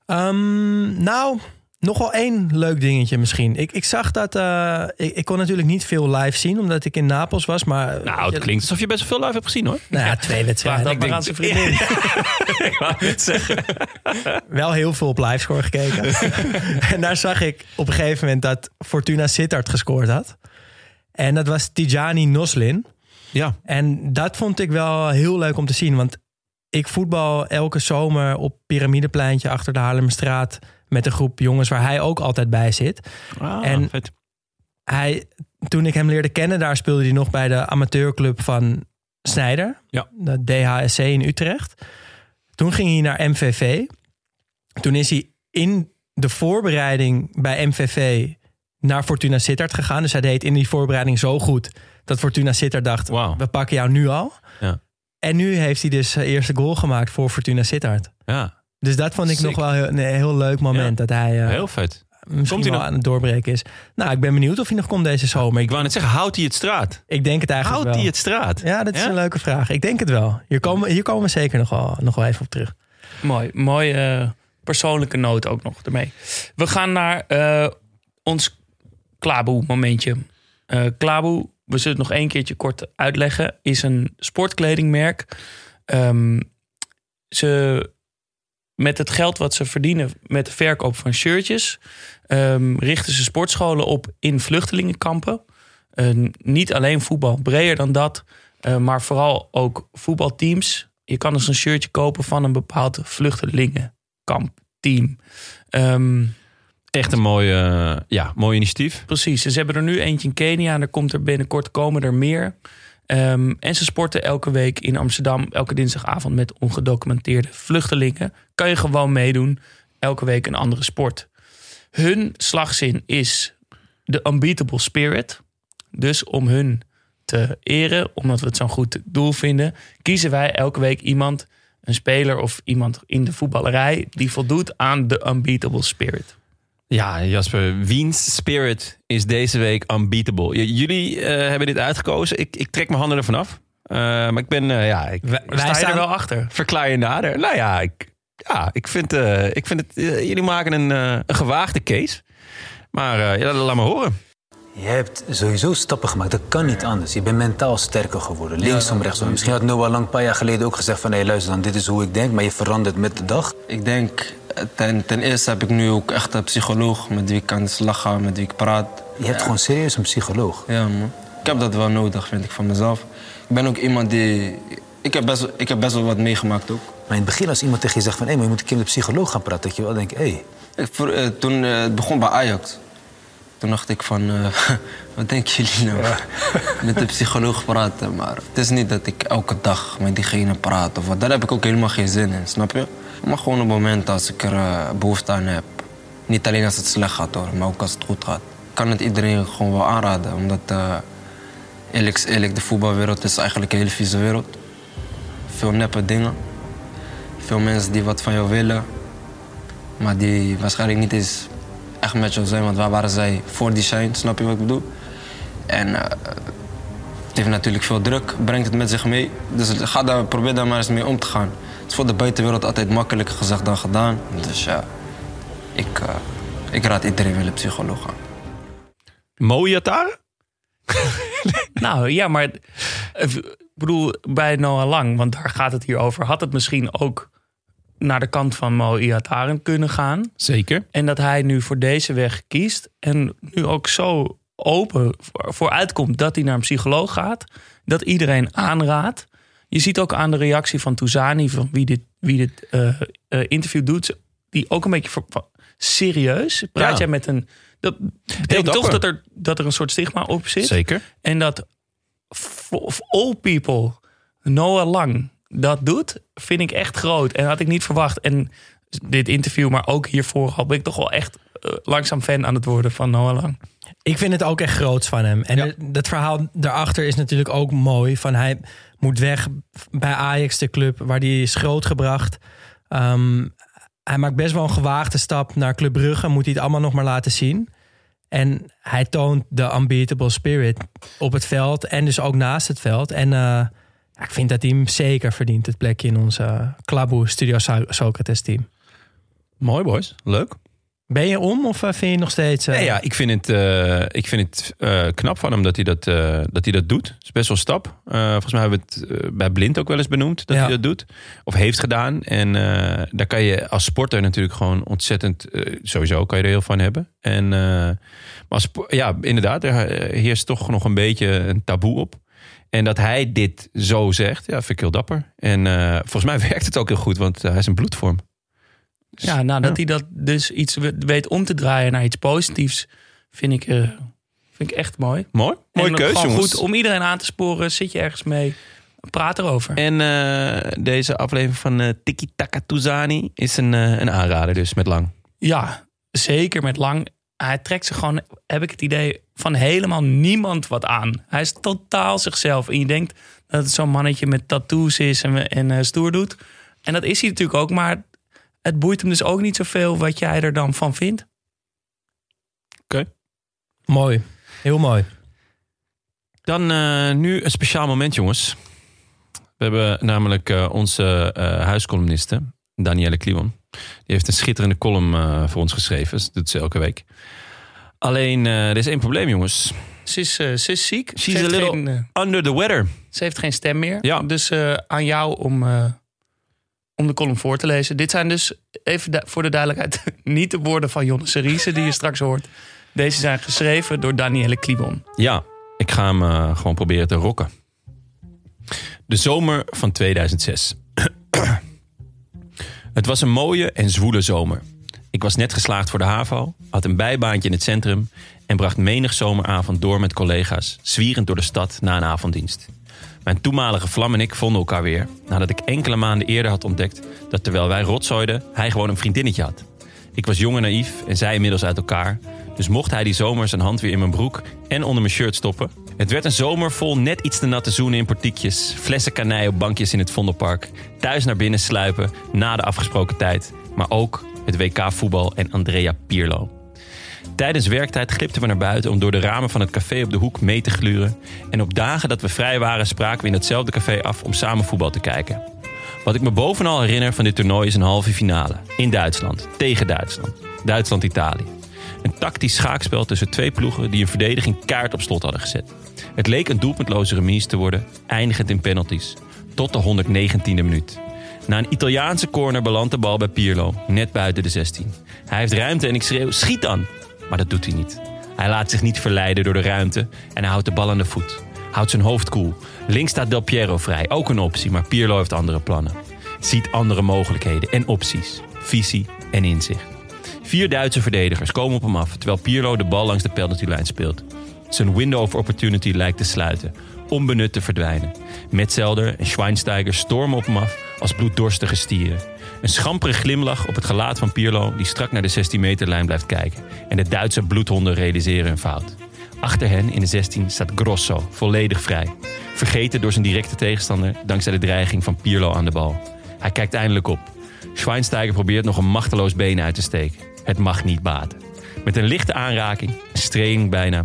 Um, nou, nog wel één leuk dingetje misschien. Ik, ik zag dat... Uh, ik, ik kon natuurlijk niet veel live zien, omdat ik in Napels was. Maar, Nou, het klinkt alsof je best wel veel live hebt gezien, hoor. Nou ja, twee Vraag wedstrijden. dat Ik maar denk- aan zijn vriendin. Ik wou het zeggen. Wel heel veel op livescore gekeken. En daar zag ik op een gegeven moment dat Fortuna Sittard gescoord had. En dat was Tijani Noslin. Ja. En dat vond ik wel heel leuk om te zien. Want ik voetbal elke zomer op Pyramidepleintje achter de Haarlemmerstraat met een groep jongens waar hij ook altijd bij zit. Ah, En- vet. Hij, toen ik hem leerde kennen, daar speelde hij nog bij de amateurclub van Snijder. Ja. De D H S C in Utrecht. Toen ging hij naar M V V. Toen is hij in de voorbereiding bij M V V naar Fortuna Sittard gegaan. Dus hij deed in die voorbereiding zo goed dat Fortuna Sittard dacht, Wauw. we pakken jou nu al. Ja. En nu heeft hij dus zijn eerste goal gemaakt voor Fortuna Sittard. Ja, Dus dat vond ik Sick. nog wel heel, een heel leuk moment. Ja. Dat hij uh, heel vet. misschien Komt hij wel nog? aan het doorbreken is. Nou, ik ben benieuwd of hij nog komt deze zomer. Ik Ik, wou net zeggen, houdt hij het straat? ik denk het eigenlijk Houdt wel. hij het straat? Ja, dat is Ja? een leuke vraag. Ik denk het wel. Hier komen, hier komen we zeker nog wel, nog wel even op terug. Mooi. Mooie uh, persoonlijke noot ook nog ermee. We gaan naar uh, ons Klaboe momentje. Uh, Klaboe, we zullen het nog één keertje kort uitleggen, is een sportkledingmerk. Um, ze, met het geld wat ze verdienen met de verkoop van shirtjes, um, richten ze sportscholen op in vluchtelingenkampen. Uh, niet alleen voetbal, breder dan dat, uh, maar vooral ook voetbalteams. Je kan dus een shirtje kopen van een bepaald vluchtelingenkampteam. Um, Echt een mooi, uh, ja, mooi initiatief. Precies, ze hebben er nu eentje in Kenia en er komt er binnenkort komen er meer. Um, en ze sporten elke week in Amsterdam, elke dinsdagavond met ongedocumenteerde vluchtelingen. Kan je gewoon meedoen, elke week een andere sport. Hun slagzin is de unbeatable spirit. Dus om hun te eren, omdat we het zo'n goed doel vinden, kiezen wij elke week iemand, een speler of iemand in de voetballerij, die voldoet aan de unbeatable spirit. Ja, Jasper, wiens spirit is deze week unbeatable? J- jullie uh, hebben dit uitgekozen. Ik, ik trek mijn handen ervan af. Uh, maar ik ben, uh, ja, ik Wij, Sta je staan, er wel achter? verklaar je nader. Nou ja, ik, ja, ik vind, uh, ik vind het, uh, jullie maken een, uh, een gewaagde case. Maar uh, ja, laat me horen. Je hebt sowieso stappen gemaakt. Dat kan niet anders. Je bent mentaal sterker geworden. Linksom, rechtsom. Misschien had Noah lang een paar jaar geleden ook gezegd van... hé, hey, luister dan, dit is hoe ik denk. Maar je verandert met de dag. Ik denk, ten, ten eerste heb ik nu ook echt een psycholoog... met wie ik kan lachen, met wie ik praat. Je hebt gewoon serieus een psycholoog. Ja, man. Ik heb dat wel nodig, vind ik, van mezelf. Ik ben ook iemand die... Ik heb best, ik heb best wel wat meegemaakt ook. Maar in het begin als iemand tegen je zegt van... hé, hey, maar je moet een keer met de psycholoog gaan praten... dat je wel denkt, hé... Hey. Ik, voor, uh, toen uh, het begon bij Ajax... Toen dacht ik van, uh, wat denken jullie nou? Ja. Met de psycholoog praten. Maar het is niet dat ik elke dag met diegene praat. Of wat. Daar heb ik ook helemaal geen zin in, snap je? Maar gewoon op het moment als ik er uh, behoefte aan heb. Niet alleen als het slecht gaat hoor, maar ook als het goed gaat. Ik kan het iedereen gewoon wel aanraden. Omdat, uh, eerlijk is eerlijk, de voetbalwereld is eigenlijk een hele vieze wereld. Veel neppe dingen. Veel mensen die wat van jou willen. Maar die waarschijnlijk niet eens... echt met jou zijn, want waar waren zij voor die zijn, snap je wat ik bedoel? En uh, Het heeft natuurlijk veel druk, brengt het met zich mee. Dus ga daar, probeer daar maar eens mee om te gaan. Het is voor de buitenwereld altijd makkelijker gezegd dan gedaan. Dus ja, ik, uh, ik raad iedereen wel een psycholoog aan. Mo Iataren? Nou ja, maar ik bedoel, bij Noah Lang, want daar gaat het hier over, had het misschien ook naar de kant van Mo Iataren kunnen gaan. Zeker. En dat hij nu voor deze weg kiest en nu ook zo open voor uitkomt dat hij naar een psycholoog gaat, dat iedereen aanraadt. Je ziet ook aan de reactie van Touzani, van wie dit, wie dit uh, uh, interview doet, die ook een beetje voor, van, serieus. Praat Ja. jij met een... Dat betekent toch dat er, dat er een soort stigma op zit. Zeker. En dat of all people Noah Lang dat doet, vind ik echt groot. En had ik niet verwacht. En dit interview, maar ook hiervoor al ben ik toch wel echt uh, langzaam fan aan het worden van Noah Lang. Ik vind het ook echt groots van hem. En Ja. dat verhaal daarachter is natuurlijk ook mooi. Van hij moet weg bij Ajax, de club waar hij is grootgebracht. Um, hij maakt best wel een gewaagde stap naar Club Brugge. Moet hij het allemaal nog maar laten zien. En hij toont de unbeatable spirit op het veld. En dus ook naast het veld. En uh, ja, ik vind dat hij hem zeker verdient. Het plekje in onze uh, Klaboe Studio So- Socrates team. Mooi, boys. Leuk. Ben je om of uh, vind je nog steeds... Uh... Nee, ja, ik vind het, uh, ik vind het uh, knap van hem dat hij dat, uh, dat, hij dat doet. Het is best wel een stap. Uh, volgens mij hebben we het uh, bij Blind ook wel eens benoemd dat Ja. hij dat doet. Of heeft gedaan. En uh, daar kan je als sporter natuurlijk gewoon ontzettend... Uh, sowieso kan je er heel van hebben. En, uh, maar als, ja, inderdaad, er heerst toch nog een beetje een taboe op. En dat hij dit zo zegt, ja, vind ik heel dapper. En uh, volgens mij werkt het ook heel goed, want uh, hij is een bloedvorm. Dus, Ja, nou, dat ja. hij dat dus iets weet om te draaien naar iets positiefs, vind ik, uh, vind ik echt mooi. Mooi, mooie en keus, gewoon jongens. goed om iedereen aan te sporen. Zit je ergens mee, praat erover. En uh, deze aflevering van uh, Tiki Taka Touzani is een, uh, een aanrader dus met Lang. Ja, zeker met Lang. Hij trekt zich gewoon, heb ik het idee, van helemaal niemand wat aan. Hij is totaal zichzelf. En je denkt dat het zo'n mannetje met tattoos is en, en uh, stoer doet. En dat is hij natuurlijk ook, maar het boeit hem dus ook niet zoveel wat jij er dan van vindt. Mooi. Heel mooi. Dan uh, nu een speciaal moment, jongens. We hebben namelijk uh, onze uh, huiscolumniste, Danielle Kliwon. Die heeft een schitterende column uh, voor ons geschreven. Dat doet ze elke week. Alleen, uh, er is één probleem, jongens. Ze is, uh, ze is ziek. She's Ze heeft a little geen, uh, under the weather. Ze heeft geen stem meer. Ja. Dus uh, aan jou om, uh, om de column voor te lezen. Dit zijn dus, even du- voor de duidelijkheid, niet de woorden van Jonne Seriese die je straks hoort. Deze zijn geschreven door Danielle Kliwon. Ja, ik ga hem uh, gewoon proberen te rocken. De zomer van tweeduizend zes. Het was een mooie en zwoele zomer. Ik was net geslaagd voor de HAVO, had een bijbaantje in het centrum en bracht menig zomeravond door met collega's, zwierend door de stad na een avonddienst. Mijn toenmalige vlam en ik vonden elkaar weer, nadat ik enkele maanden eerder had ontdekt dat terwijl wij rotzooiden, hij gewoon een vriendinnetje had. Ik was jong en naïef en zij inmiddels uit elkaar, dus mocht hij die zomer zijn hand weer in mijn broek en onder mijn shirt stoppen. Het werd een zomer vol net iets te natte zoenen in portiekjes, flessen kanij op bankjes in het Vondelpark, thuis naar binnen sluipen na de afgesproken tijd, maar ook het W K-voetbal en Andrea Pirlo. Tijdens werktijd glipten we naar buiten om door de ramen van het café op de hoek mee te gluren. En op dagen dat we vrij waren spraken we in datzelfde café af om samen voetbal te kijken. Wat ik me bovenal herinner van dit toernooi is een halve finale. In Duitsland, tegen Duitsland. Duitsland-Italië. Een tactisch schaakspel tussen twee ploegen die een verdediging kaart op slot hadden gezet. Het leek een doelpuntloze remise te worden, eindigend in penalties. Tot de honderdnegentiende minuut. Na een Italiaanse corner belandt de bal bij Pirlo, net buiten de zestien. Hij heeft ruimte en ik schreeuw, schiet dan! Maar dat doet hij niet. Hij laat zich niet verleiden door de ruimte en hij houdt de bal aan de voet. Houdt zijn hoofd koel. Links staat Del Piero vrij, ook een optie, maar Pirlo heeft andere plannen. Ziet andere mogelijkheden en opties, visie en inzicht. Vier Duitse verdedigers komen op hem af, terwijl Pirlo de bal langs de penaltylijn speelt. Zijn window of opportunity lijkt te sluiten, onbenut te verdwijnen. Metzelder en Schweinsteiger stormen op hem af als bloeddorstige stieren. Een schampere glimlach op het gelaat van Pirlo die strak naar de zestien meterlijn blijft kijken. En de Duitse bloedhonden realiseren een fout. Achter hen in de zestien staat Grosso, volledig vrij. Vergeten door zijn directe tegenstander dankzij de dreiging van Pirlo aan de bal. Hij kijkt eindelijk op. Schweinsteiger probeert nog een machteloos been uit te steken. Het mag niet baten. Met een lichte aanraking, een streling bijna,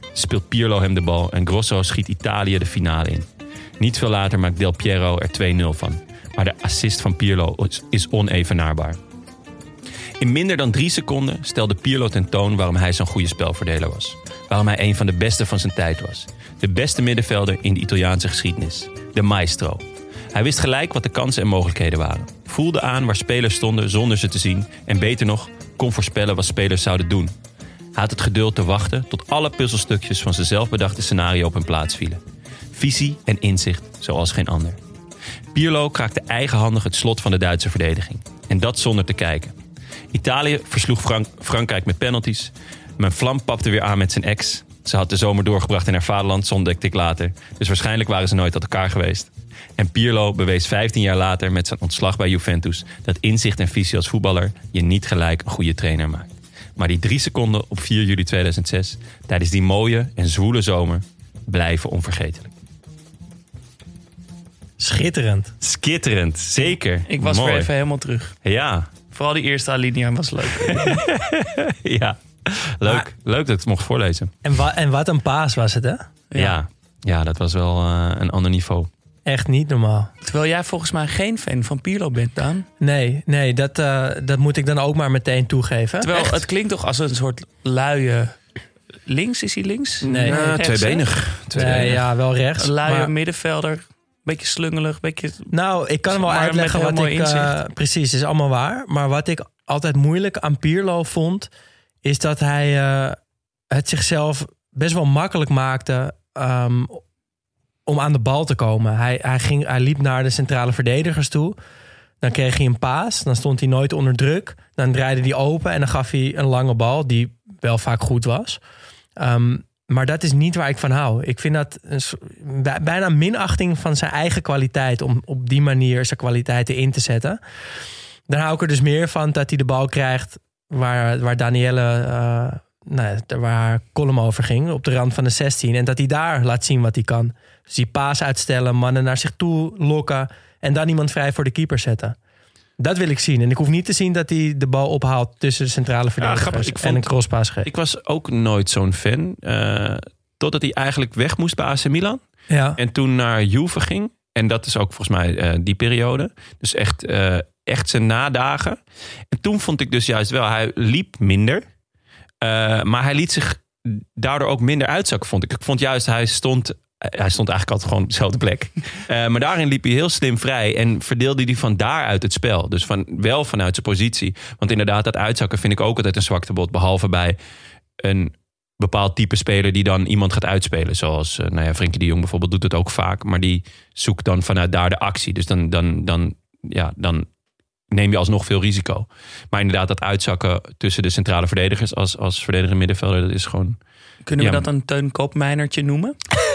speelt Pirlo hem de bal en Grosso schiet Italië de finale in. Niet veel later maakt Del Piero er twee nul van. Maar de assist van Pirlo is onevenaarbaar. In minder dan drie seconden stelde Pirlo ten toon waarom hij zo'n goede spelverdeler was. Waarom hij een van de beste van zijn tijd was. De beste middenvelder in de Italiaanse geschiedenis. De maestro. Hij wist gelijk wat de kansen en mogelijkheden waren. Voelde aan waar spelers stonden zonder ze te zien. En beter nog, kon voorspellen wat spelers zouden doen. Hij had het geduld te wachten tot alle puzzelstukjes van zijn zelfbedachte scenario op hun plaats vielen. Visie en inzicht zoals geen ander. Pirlo kraakte eigenhandig het slot van de Duitse verdediging. En dat zonder te kijken. Italië versloeg Frank- Frankrijk met penalties. Mijn vlam papte weer aan met zijn ex. Ze had de zomer doorgebracht in haar vaderland, zo ontdekte ik later. Dus waarschijnlijk waren ze nooit tot elkaar geweest. En Pirlo bewees vijftien jaar later met zijn ontslag bij Juventus dat inzicht en visie als voetballer je niet gelijk een goede trainer maakt. Maar die drie seconden op vier juli tweeduizend zes, tijdens die mooie en zwoele zomer, blijven onvergetelijk. Schitterend. Skitterend, zeker. Ik was Mooi. weer even helemaal terug. Ja, Vooral die eerste alinea was leuk. ja. Leuk, Maar- leuk dat ik het mocht voorlezen. En, wa- en wat een paas was het, hè? Ja, ja dat was wel uh, een ander niveau. Echt niet normaal. Terwijl jij volgens mij geen fan van Pirlo bent, Daan. Nee, nee dat, uh, dat moet ik dan ook maar meteen toegeven. Terwijl Echt? het klinkt toch als een soort luie... Links, is hij links? Nee. Ja, rechts, tweebenig. Nee, tweebenig. ja, wel rechts. Een luie maar- middenvelder. Beetje slungelig, beetje... Nou, ik kan hem wel Maar met uitleggen heel wat mooi ik... uh, inzicht. precies, is allemaal waar. Maar wat ik altijd moeilijk aan Pirlo vond... is dat hij uh, het zichzelf best wel makkelijk maakte... Um, om aan de bal te komen. Hij, hij, ging, hij liep naar de centrale verdedigers toe. Dan kreeg hij een paas. Dan stond hij nooit onder druk. Dan draaide hij open en dan gaf hij een lange bal... die wel vaak goed was. Um, Maar dat is niet waar ik van hou. Ik vind dat een, so- bij- bijna een minachting van zijn eigen kwaliteit... om op die manier zijn kwaliteiten in te zetten. Dan hou ik er dus meer van dat hij de bal krijgt... waar, waar Danielle, uh, nou, waar haar column over ging... op de rand van de zestien. En dat hij daar laat zien wat hij kan. Dus die paas uitstellen, mannen naar zich toe lokken... en dan iemand vrij voor de keeper zetten. Dat wil ik zien. En ik hoef niet te zien dat hij de bal ophaalt... tussen de centrale verdedigers grappig. Ik en vond- een crosspaas geeft. Ik was ook nooit zo'n fan. Uh, totdat hij eigenlijk weg moest bij A C Milan. Ja. En toen naar Juve ging. En dat is ook volgens mij uh, die periode. Dus echt, uh, echt zijn nadagen. En toen vond ik dus juist wel... Hij liep minder. Uh, maar hij liet zich daardoor ook minder uitzakken, vond ik. Ik vond juist, hij stond... Hij stond eigenlijk altijd gewoon op dezelfde plek. Uh, maar daarin liep hij heel slim vrij. En verdeelde hij van daaruit het spel. Dus van, wel vanuit zijn positie. Want inderdaad, dat uitzakken vind ik ook altijd een zwaktebod. Behalve bij een bepaald type speler die dan iemand gaat uitspelen. Zoals uh, nou ja, Frenkie de Jong bijvoorbeeld doet het ook vaak. Maar die zoekt dan vanuit daar de actie. Dus dan, dan, dan, ja, dan neem je alsnog veel risico. Maar inderdaad, dat uitzakken tussen de centrale verdedigers... als, als verdediger middenvelder, dat is gewoon... Kunnen we Ja. dat een Teun Koopmeinertje noemen?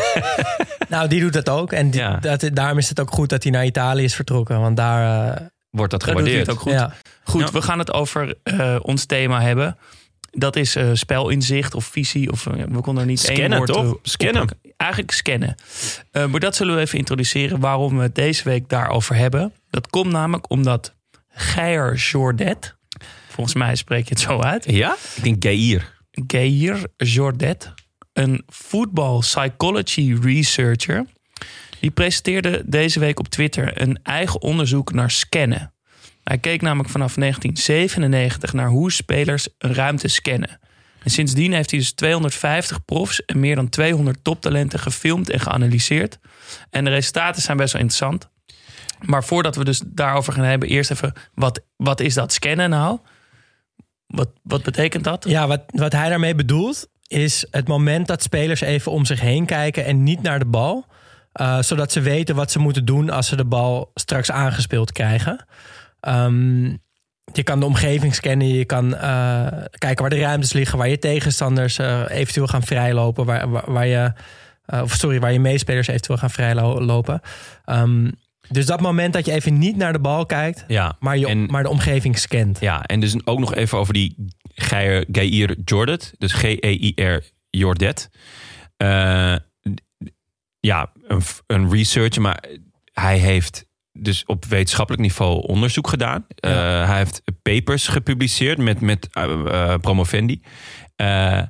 Nou, die doet dat ook. En die, Ja. dat, daarom is het ook goed dat hij naar Italië is vertrokken. Want daar... Uh, Wordt dat Daar doet hij gewaardeerd. het ook goed. Ja. Goed, Ja. we gaan het over uh, ons thema hebben. Dat is uh, spelinzicht of visie. Of, uh, we konden er niet één Scannen, woord toch? uh, Scannen. oppakken. Eigenlijk scannen. Uh, maar dat zullen we even introduceren waarom we het deze week daarover hebben. Dat komt namelijk omdat Geir Jordet... Volgens mij spreek je het zo uit. Ja? Ik denk Geir. Geir Jordet, een voetbal psychology researcher... die presenteerde deze week op Twitter een eigen onderzoek naar scannen. Hij keek namelijk vanaf negentien zevenennegentig naar hoe spelers een ruimte scannen. En sindsdien heeft hij dus tweehonderdvijftig profs en meer dan tweehonderd toptalenten gefilmd en geanalyseerd. En de resultaten zijn best wel interessant. Maar voordat we dus daarover gaan hebben, eerst even, wat, wat is dat scannen nou? Wat, wat betekent dat? Ja, wat, wat hij daarmee bedoelt is het moment dat spelers even om zich heen kijken en niet naar de bal. Uh, zodat ze weten wat ze moeten doen als ze de bal straks aangespeeld krijgen. Um, je kan de omgeving scannen, je kan uh, kijken waar de ruimtes liggen, waar je tegenstanders uh, eventueel gaan vrijlopen, waar, waar, waar je, uh, of sorry, waar je meespelers eventueel gaan vrijlopen. Um, dus dat moment dat je even niet naar de bal kijkt, Ja, maar, je, en- maar de omgeving scant. Ja, en dus ook nog even over die Geir, Geir Jordet. Dus G E I R Jordet. Uh, ja, een, een researcher, maar hij heeft dus op wetenschappelijk niveau onderzoek gedaan. Uh, hij heeft papers gepubliceerd met, met uh, uh, promovendi. Uh,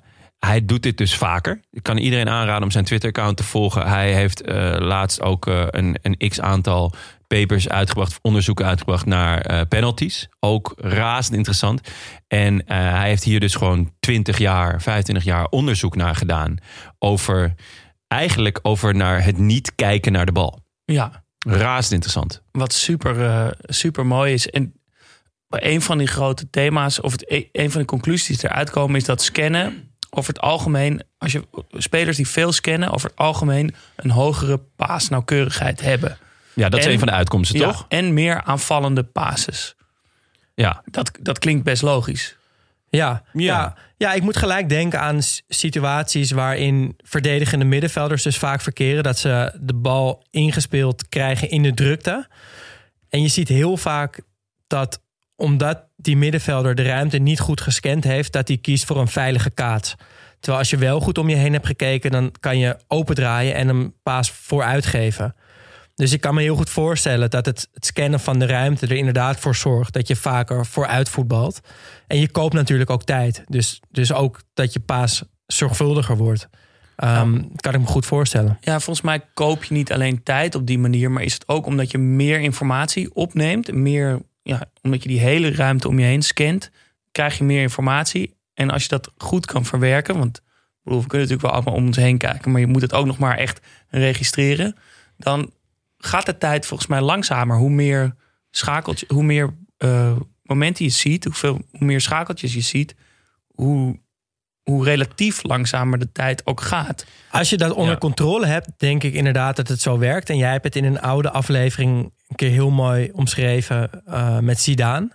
hij doet dit dus vaker. Ik kan iedereen aanraden om zijn Twitter-account te volgen. Hij heeft uh, laatst ook uh, een, een x-aantal papers uitgebracht, onderzoeken uitgebracht naar uh, penalties. Ook razend interessant. En uh, hij heeft hier dus gewoon twintig jaar, vijfentwintig jaar onderzoek naar gedaan. Over, eigenlijk over naar het niet kijken naar de bal. Ja. Razend interessant. Wat super, uh, super mooi is. En een van die grote thema's, of het, een van de conclusies die eruit komen, is dat scannen over het algemeen, als je spelers die veel scannen, over het algemeen een hogere paasnauwkeurigheid hebben. Ja, dat is en, een van de uitkomsten, ja, toch? En meer aanvallende passes. Ja. Dat, dat klinkt best logisch. Ja, ja. Ja, ja, ik moet gelijk denken aan situaties waarin verdedigende middenvelders dus vaak verkeren. Dat ze de bal ingespeeld krijgen in de drukte. En je ziet heel vaak dat omdat die middenvelder de ruimte niet goed gescand heeft, dat hij kiest voor een veilige kaats. Terwijl als je wel goed om je heen hebt gekeken, dan kan je opendraaien en een paas vooruit geven. Dus ik kan me heel goed voorstellen dat het, het scannen van de ruimte er inderdaad voor zorgt dat je vaker vooruit voetbalt. En je koopt natuurlijk ook tijd. Dus, dus ook dat je paas zorgvuldiger wordt. Um, ja. Kan ik me goed voorstellen. Ja, volgens mij koop je niet alleen tijd op die manier, maar is het ook omdat je meer informatie opneemt. Meer, ja, omdat je die hele ruimte om je heen scant, krijg je meer informatie. En als je dat goed kan verwerken, want bedoel, we kunnen natuurlijk wel allemaal om ons heen kijken, maar je moet het ook nog maar echt registreren, dan gaat de tijd volgens mij langzamer. Hoe meer schakeltjes, hoe meer uh, momenten je ziet, hoeveel, hoe meer schakeltjes je ziet, hoe, hoe relatief langzamer de tijd ook gaat. Als je dat onder ja. controle hebt, denk ik inderdaad dat het zo werkt. En jij hebt het in een oude aflevering een keer heel mooi omschreven uh, met Zidane.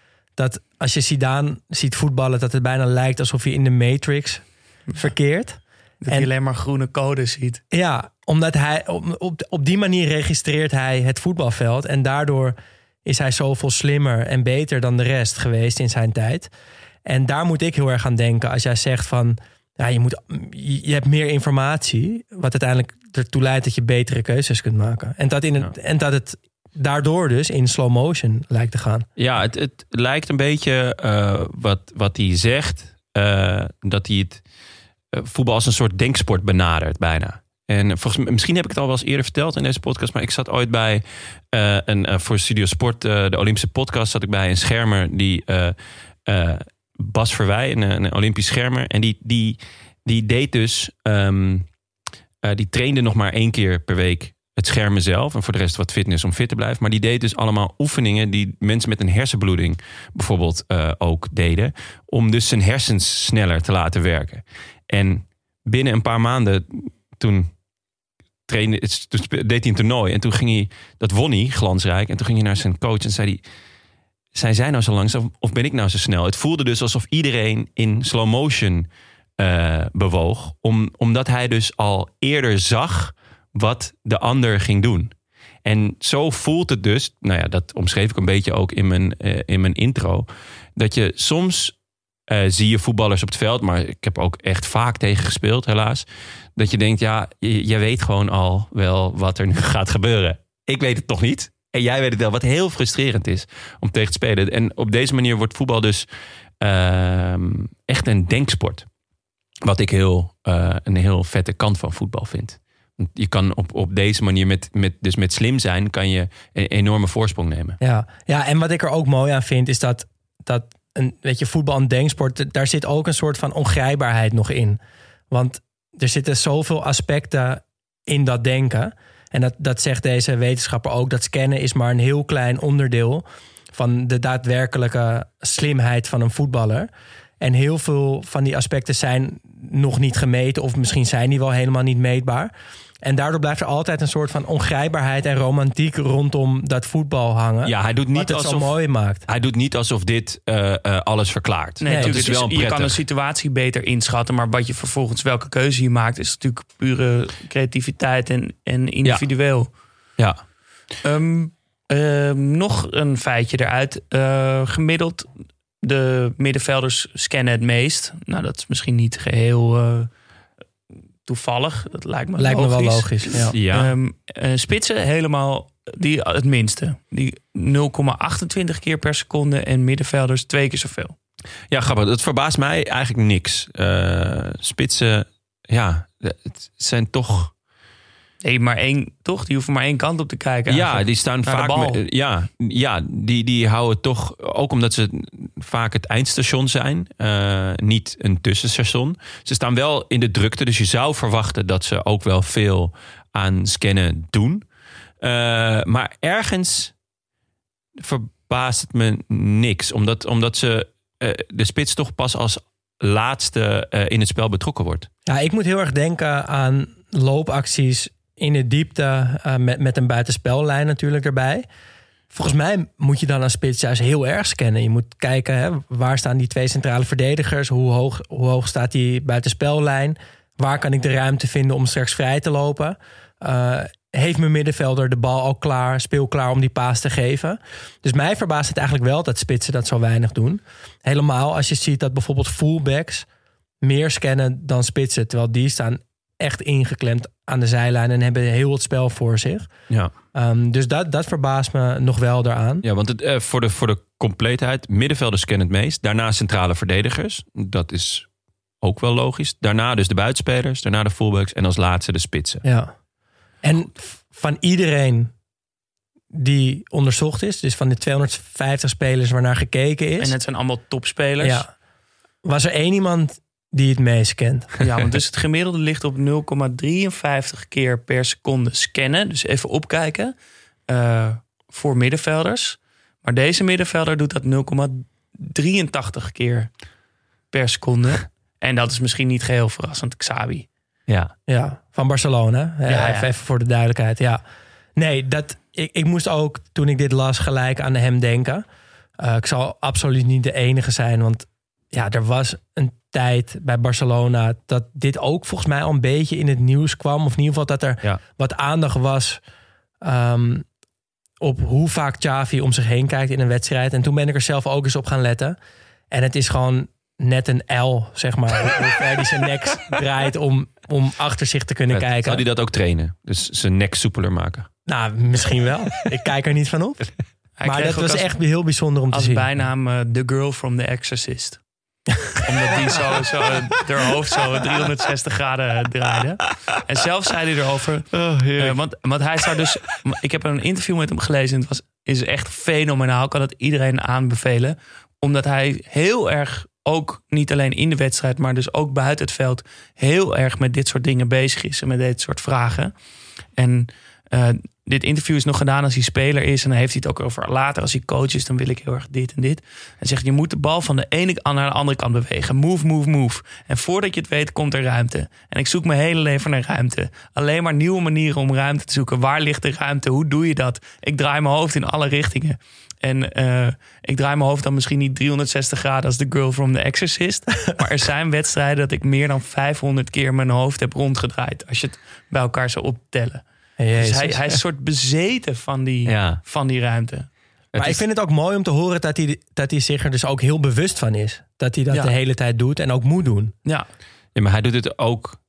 Dat als je Zidane ziet voetballen, dat het bijna lijkt alsof hij in de Matrix verkeert. Dat hij alleen maar groene codes ziet. Ja, omdat hij op, op, op die manier registreert hij het voetbalveld. En daardoor is hij zoveel slimmer en beter dan de rest geweest in zijn tijd. En daar moet ik heel erg aan denken. Als jij zegt van, ja, je, moet, je hebt meer informatie, wat uiteindelijk ertoe leidt dat je betere keuzes kunt maken. En dat, in het, ja. en dat het daardoor dus in slow motion lijkt te gaan. Ja, het, het lijkt een beetje uh, wat, wat hij zegt, uh, dat hij het voetbal als een soort denksport benadert bijna. En volgens mij, misschien heb ik het al wel eens eerder verteld in deze podcast, maar ik zat ooit bij uh, een uh, voor Studio Sport, uh, de Olympische podcast, zat ik bij een schermer die uh, uh, Bas Verwij, een, een Olympisch schermer, en die, die, die deed dus, um, uh, die trainde nog maar één keer per week het schermen zelf en voor de rest wat fitness om fit te blijven. Maar die deed dus allemaal oefeningen die mensen met een hersenbloeding bijvoorbeeld uh, ook deden, om dus zijn hersens sneller te laten werken. En binnen een paar maanden, toen, trainde, toen deed hij een toernooi. En toen ging hij, dat won hij, glansrijk. En toen ging hij naar zijn coach en zei hij, zijn zij nou zo langzaam of ben ik nou zo snel? Het voelde dus alsof iedereen in slow motion uh, bewoog. Om, omdat hij dus al eerder zag wat de ander ging doen. En zo voelt het dus, nou ja, dat omschreef ik een beetje ook in mijn, uh, in mijn intro, dat je soms Uh, zie je voetballers op het veld, maar ik heb ook echt vaak tegen gespeeld, helaas. Dat je denkt, ja, je, je weet gewoon al wel wat er nu gaat gebeuren. Ik weet het nog niet. En jij weet het wel, wat heel frustrerend is om tegen te spelen. En op deze manier wordt voetbal dus uh, echt een denksport. Wat ik heel, uh, een heel vette kant van voetbal vind. Je kan op, op deze manier, met, met, dus met slim zijn, kan je een enorme voorsprong nemen. Ja, ja, en wat ik er ook mooi aan vind, is dat, dat een, weet je, voetbal en denksport, daar zit ook een soort van ongrijpbaarheid nog in. Want er zitten zoveel aspecten in dat denken. En dat, dat zegt deze wetenschapper ook. Dat scannen is maar een heel klein onderdeel van de daadwerkelijke slimheid van een voetballer. En heel veel van die aspecten zijn nog niet gemeten, of misschien zijn die wel helemaal niet meetbaar. En daardoor blijft er altijd een soort van ongrijpbaarheid en romantiek rondom dat voetbal hangen. Ja, hij doet niet wat het alsof, zo mooi maakt. Hij doet niet alsof dit uh, uh, alles verklaart. Nee, dat natuurlijk, is wel dus je prettig. kan een situatie beter inschatten, maar wat je vervolgens, welke keuze je maakt, is natuurlijk pure creativiteit en, en individueel. Ja. ja. Um, uh, nog een feitje eruit. Uh, gemiddeld, de middenvelders scannen het meest. Nou, dat is misschien niet geheel Uh, toevallig, dat lijkt me lijkt logisch. me wel logisch. Ja. Ja. Um, uh, spitsen helemaal die het minste. Die nul komma achtentwintig keer per seconde en middenvelders twee keer zoveel. Ja, grappig. Dat verbaast mij eigenlijk niks. Uh, spitsen, ja, het zijn toch... Nee, maar één, toch? Die hoeven maar één kant op te kijken. Ja, die staan vaak... Met, ja, ja die, die houden toch... Ook omdat ze vaak het eindstation zijn. Uh, niet een tussenstation. Ze staan wel in de drukte. Dus je zou verwachten dat ze ook wel veel aan scannen doen. Uh, maar ergens verbaast het me niks. Omdat, omdat ze uh, de spits toch pas als laatste uh, in het spel betrokken wordt. Ja, ik moet heel erg denken aan loopacties in de diepte uh, met, met een buitenspellijn natuurlijk erbij. Volgens mij moet je dan als spits juist heel erg scannen. Je moet kijken, hè, waar staan die twee centrale verdedigers? Hoe hoog, hoe hoog staat die buitenspellijn? Waar kan ik de ruimte vinden om straks vrij te lopen? Uh, heeft mijn middenvelder de bal al klaar, speelklaar om die paas te geven? Dus mij verbaast het eigenlijk wel dat spitsen dat zo weinig doen. Helemaal als je ziet dat bijvoorbeeld fullbacks meer scannen dan spitsen. Terwijl die staan echt ingeklemd aan de zijlijn en hebben heel het spel voor zich. Ja. Um, dus dat, dat verbaast me nog wel daaraan. Ja, want het, uh, voor, de, voor de compleetheid, middenvelders scannen het meest. Daarna centrale verdedigers. Dat is ook wel logisch. Daarna dus de buitenspelers, daarna de fullbacks en als laatste de spitsen. Ja. En van iedereen die onderzocht is, dus van de tweehonderdvijftig spelers waarnaar gekeken is. En het zijn allemaal topspelers. Ja. Was er één iemand die het meest kent? Ja, want dus het gemiddelde ligt op nul komma drieënvijftig keer per seconde scannen. Dus even opkijken uh, voor middenvelders. Maar deze middenvelder doet dat nul komma drieëntachtig keer per seconde. En dat is misschien niet geheel verrassend, Xabi. Ja, ja, van Barcelona. Ja, ja. Even, even voor de duidelijkheid. Ja. Nee, dat, ik, ik moest ook toen ik dit las gelijk aan hem denken. Uh, ik zal absoluut niet de enige zijn. Want ja, er was een tijd bij Barcelona dat dit ook volgens mij al een beetje in het nieuws kwam. Of in ieder geval dat er ja. wat aandacht was um, op hoe vaak Xavi om zich heen kijkt in een wedstrijd. En toen ben ik er zelf ook eens op gaan letten. En het is gewoon net een L, zeg maar. Hoe ver die zijn nek draait om, om achter zich te kunnen ja, kijken. Zou hij dat ook trainen? Dus zijn nek soepeler maken? Nou, misschien wel. Ik kijk er niet van op. Hij maar dat was als, echt heel bijzonder om te zien. Als bijnaam uh, The Girl from The Exorcist. Omdat die zo, zo haar hoofd zo driehonderdzestig graden draaide. En zelf zei hij erover. Oh, uh, want, want hij zou dus. Ik heb een interview met hem gelezen. En het was, is echt fenomenaal. Ik kan het iedereen aanbevelen. Omdat hij heel erg, ook niet alleen in de wedstrijd, maar dus ook buiten het veld, heel erg met dit soort dingen bezig is. En met dit soort vragen. En uh, dit interview is nog gedaan als hij speler is. En dan heeft hij het ook over later als hij coach is. Dan wil ik heel erg dit en dit. En zegt, je moet de bal van de ene kant naar de andere kant bewegen. Move, move, move. En voordat je het weet komt er ruimte. En ik zoek mijn hele leven naar ruimte. Alleen maar nieuwe manieren om ruimte te zoeken. Waar ligt de ruimte? Hoe doe je dat? Ik draai mijn hoofd in alle richtingen. En uh, ik draai mijn hoofd dan misschien niet driehonderdzestig graden als de Girl from The Exorcist. Maar er zijn wedstrijden dat ik meer dan vijfhonderd keer mijn hoofd heb rondgedraaid. Als je het bij elkaar zou optellen. Jezus, dus hij, hij is een soort bezeten van die, ja. van die ruimte. Maar is... ik vind het ook mooi om te horen dat hij, dat hij zich er dus ook heel bewust van is. Dat hij dat ja. de hele tijd doet en ook moet doen. Ja. ja, maar hij doet het ook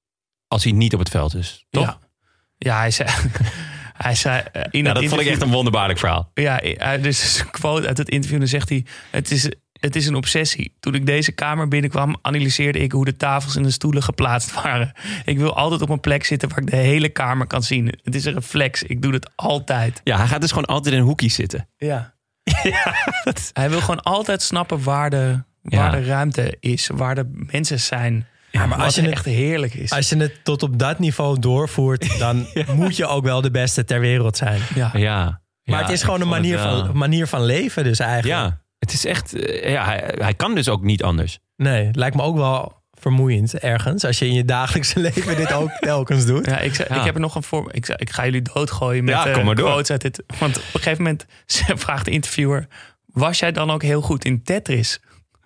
als hij niet op het veld is, toch? Ja, ja hij zei... Hij zei, uh, in nou, dat vond ik echt een wonderbaarlijk verhaal. Ja, dus een quote uit het interview. Dan zegt hij, het is, het is een obsessie. Toen ik deze kamer binnenkwam, analyseerde ik hoe de tafels en de stoelen geplaatst waren. Ik wil altijd op een plek zitten waar ik de hele kamer kan zien. Het is een reflex. Ik doe het altijd. Ja, hij gaat dus gewoon altijd in een hoekje zitten. Ja. ja dat... Hij wil gewoon altijd snappen waar de, waar ja. de ruimte is. Waar de mensen zijn. Ja, maar als je het echt heerlijk is. Als je het tot op dat niveau doorvoert, dan ja. moet je ook wel de beste ter wereld zijn. Ja. ja. Maar ja, het is gewoon een manier van, manier van leven dus eigenlijk. Ja, het is echt... Ja, hij, hij kan dus ook niet anders. Nee, het lijkt me ook wel vermoeiend ergens. Als je in je dagelijkse leven dit ook telkens doet. Ja, ik, ja. ik heb er nog een voor. Ik, ik ga jullie doodgooien met ja, kom maar uh, quotes uit dit. Want op een gegeven moment vraagt de interviewer, was jij dan ook heel goed in Tetris?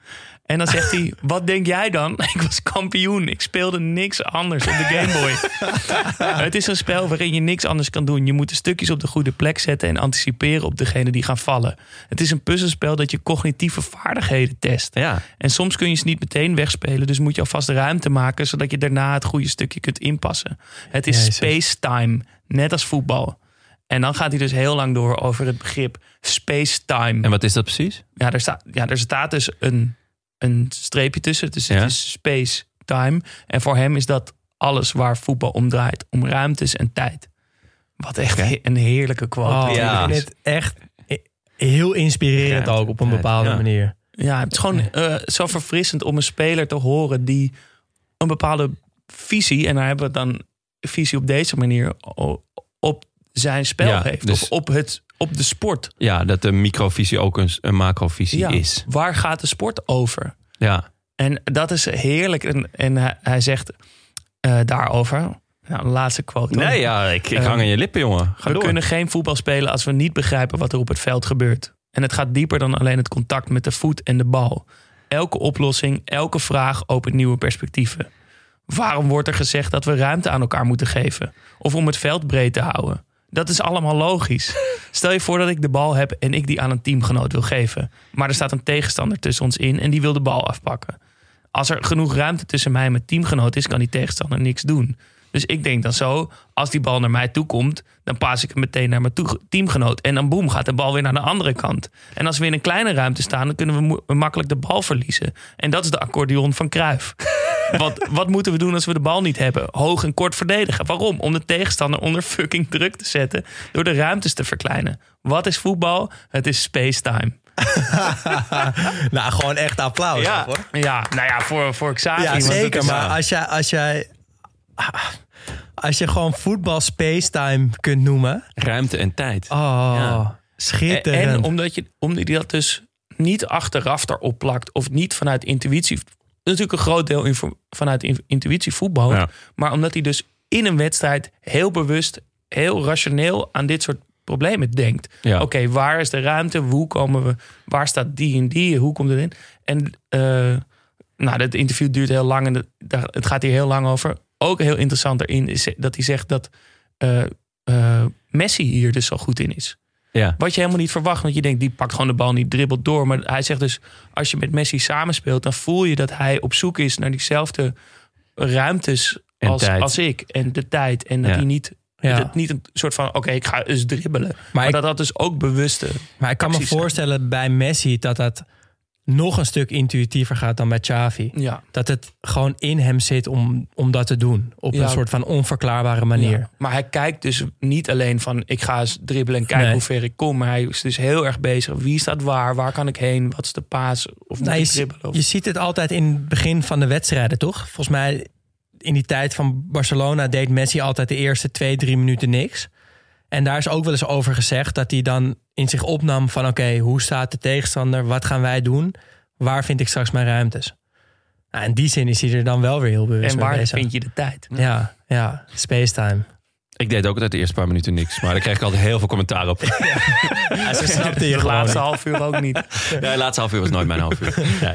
En dan zegt hij, wat denk jij dan? Ik was kampioen. Ik speelde niks anders op de Game Boy. Het is een spel waarin je niks anders kan doen. Je moet de stukjes op de goede plek zetten en anticiperen op degene die gaan vallen. Het is een puzzelspel dat je cognitieve vaardigheden test. Ja. En soms kun je ze niet meteen wegspelen. Dus moet je alvast ruimte maken, zodat je daarna het goede stukje kunt inpassen. Het is space-time, net als voetbal. En dan gaat hij dus heel lang door over het begrip space-time. En wat is dat precies? Ja, er staat, ja, er staat dus een, een streepje tussen. Dus het Ja. is space-time. En voor hem is dat alles waar voetbal om draait. Om ruimtes en tijd. Wat echt Oké. he- een heerlijke quote. Oh, Ja. Ik vind het echt heel inspirerend Ja, ook op een ja, bepaalde ja. manier. Ja, het is gewoon uh, zo verfrissend om een speler te horen die een bepaalde visie, en daar hebben we dan visie op deze manier, o- op zijn spel Ja, heeft. dus- Of op, het, op de sport. Ja, dat de microvisie ook een, een macrovisie Ja, is. waar gaat de sport over? Ja, En dat is heerlijk. En, en hij, hij zegt uh, daarover, nou, een laatste quote. hoor. nee, ja, ik, ik Eh, hang aan je lippen, jongen. Ga we door. kunnen geen voetbal spelen als we niet begrijpen wat er op het veld gebeurt. En het gaat dieper dan alleen het contact met de voet en de bal. Elke oplossing, elke vraag opent nieuwe perspectieven. Waarom wordt er gezegd dat we ruimte aan elkaar moeten geven? Of om het veld breed te houden? Dat is allemaal logisch. Stel je voor dat ik de bal heb en ik die aan een teamgenoot wil geven. Maar er staat een tegenstander tussen ons in en die wil de bal afpakken. Als er genoeg ruimte tussen mij en mijn teamgenoot is, kan die tegenstander niks doen. Dus ik denk dan zo, als die bal naar mij toe komt, dan paas ik hem meteen naar mijn toe- teamgenoot. En dan boem, gaat de bal weer naar de andere kant. En als we in een kleine ruimte staan, dan kunnen we mo- makkelijk de bal verliezen. En dat is de accordeon van Cruijff. Wat, wat moeten we doen als we de bal niet hebben? Hoog en kort verdedigen. Waarom? Om de tegenstander onder fucking druk te zetten door de ruimtes te verkleinen. Wat is voetbal? Het is space-time. Nou, gewoon echt applaus. Ja, hoor. ja, nou ja, voor, voor Xavi. Ja, want het zeker. is- Maar als jij, als jij, als je gewoon voetbal spacetime kunt noemen. Ruimte en tijd. Oh, Ja. schitterend. En omdat je, omdat je dat dus niet achteraf erop plakt of niet vanuit intuïtie. Dat is natuurlijk een groot deel info- vanuit in- intuïtie voetbal. Ja. Maar omdat hij dus in een wedstrijd heel bewust, heel rationeel aan dit soort problemen denkt. Ja. Oké, waar is de ruimte? Hoe komen we? Waar staat die en die? Hoe komt het in? En uh, nou, het interview duurt heel lang en het, daar- het gaat hier heel lang over. Ook heel interessant erin is dat hij zegt dat uh, uh, Messi hier dus zo goed in is. Ja. Wat je helemaal niet verwacht. Want je denkt, die pakt gewoon de bal niet, dribbelt door. Maar hij zegt dus, als je met Messi samenspeelt, dan voel je dat hij op zoek is naar diezelfde ruimtes En als, tijd. als ik. En de tijd. En dat Ja. hij niet, Ja. dat niet een soort van, oké, ik ga eens dribbelen. Maar, ik- dat dat dus ook bewuste. Maar ik kan me acties zijn. voorstellen bij Messi dat dat nog een stuk intuïtiever gaat dan bij Xavi. Ja. Dat het gewoon in hem zit om, om dat te doen. Op Ja. een soort van onverklaarbare manier. Ja. Maar hij kijkt dus niet alleen van, ik ga eens dribbelen en kijken Nee. hoe ver ik kom. Maar hij is dus heel erg bezig. Wie staat waar? Waar kan ik heen? Wat is de paas? Of moet Nou, je, ik zi- dribbelen? Of... je ziet het altijd in het begin van de wedstrijden, toch? Volgens mij in die tijd van Barcelona deed Messi altijd de eerste twee, drie minuten niks. En daar is ook wel eens over gezegd dat hij dan in zich opnam van oké, hoe staat de tegenstander? Wat gaan wij doen? Waar vind ik straks mijn ruimtes? Nou, in die zin is hij er dan wel weer heel bewust En mee waar bezig. vind je de tijd? Ja, ja, spacetime. Ik deed ook altijd de eerste paar minuten niks. Maar daar kreeg ik altijd heel veel commentaar op. Ja, zo snapte je De gewoon laatste niet. half uur ook niet. Ja, de laatste half uur was nooit mijn half uur. Nee.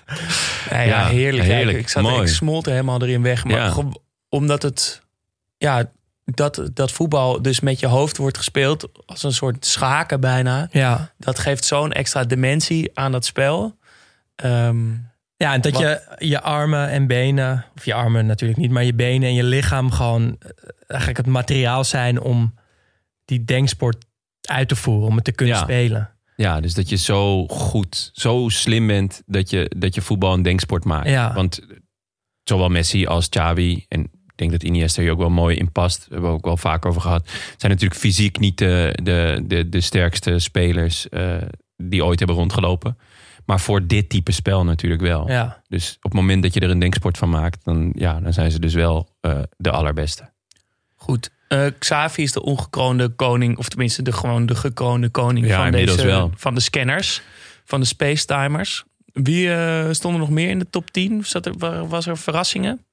Ja, ja, Ja, heerlijk. heerlijk. Ik, zat, Mooi. ik smolt er helemaal erin weg. Maar Ja. ge- omdat het... Ja, dat, dat voetbal dus met je hoofd wordt gespeeld... als een soort schaken bijna. Ja. Dat geeft zo'n extra dimensie aan dat spel. Ehm, Ja, en dat Wat- je je armen en benen, of je armen natuurlijk niet, maar je benen en je lichaam gewoon eh, eigenlijk het materiaal zijn om die denksport uit te voeren, om het te kunnen Ja. spelen. Ja, dus dat je zo goed, zo slim bent dat je, dat je voetbal een denksport maakt. Ja. Want zowel Messi als Xavi, en ik denk dat Iniesta hier ook wel mooi in past, daar hebben we ook wel vaak over gehad, zijn natuurlijk fysiek niet de, de, de, de sterkste spelers uh, die ooit hebben rondgelopen. Maar voor dit type spel natuurlijk wel. Ja. Dus op het moment dat je er een denksport van maakt, dan, ja, dan zijn ze dus wel uh, de allerbeste. goed. Uh, Xavi is de ongekroonde koning... of tenminste de, gewoon de gekroonde koning Ja, van, inmiddels deze, wel. van de scanners. Van de spacetimers. Wie uh, stond er nog meer in de top tien? Zat er, was er verrassingen?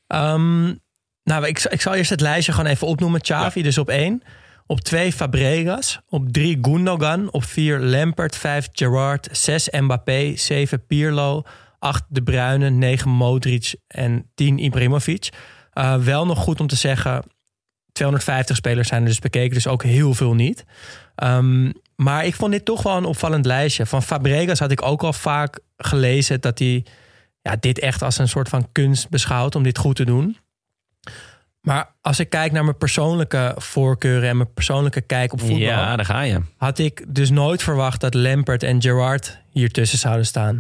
Um, nou, ik, ik zal eerst het lijstje gewoon even opnoemen. Xavi Ja. dus op één. Op twee Fabregas. Op drie Gundogan. Op vier Lampard. Vijf Gerrard. Zes Mbappé. Zeven Pirlo. Acht De Bruyne. Negen Modric. En tien Ibrahimovic. Uh, wel nog goed om te zeggen... tweehonderdvijftig spelers zijn er dus bekeken. Dus ook heel veel niet. Um, maar ik vond dit toch wel een opvallend lijstje. Van Fabregas had ik ook al vaak gelezen... dat hij ja, dit echt als een soort van kunst beschouwt om dit goed te doen. Maar als ik kijk naar mijn persoonlijke voorkeuren en mijn persoonlijke kijk op voetbal, Ja, daar ga je. had ik dus nooit verwacht dat Lampard en Gerrard hier tussen zouden staan.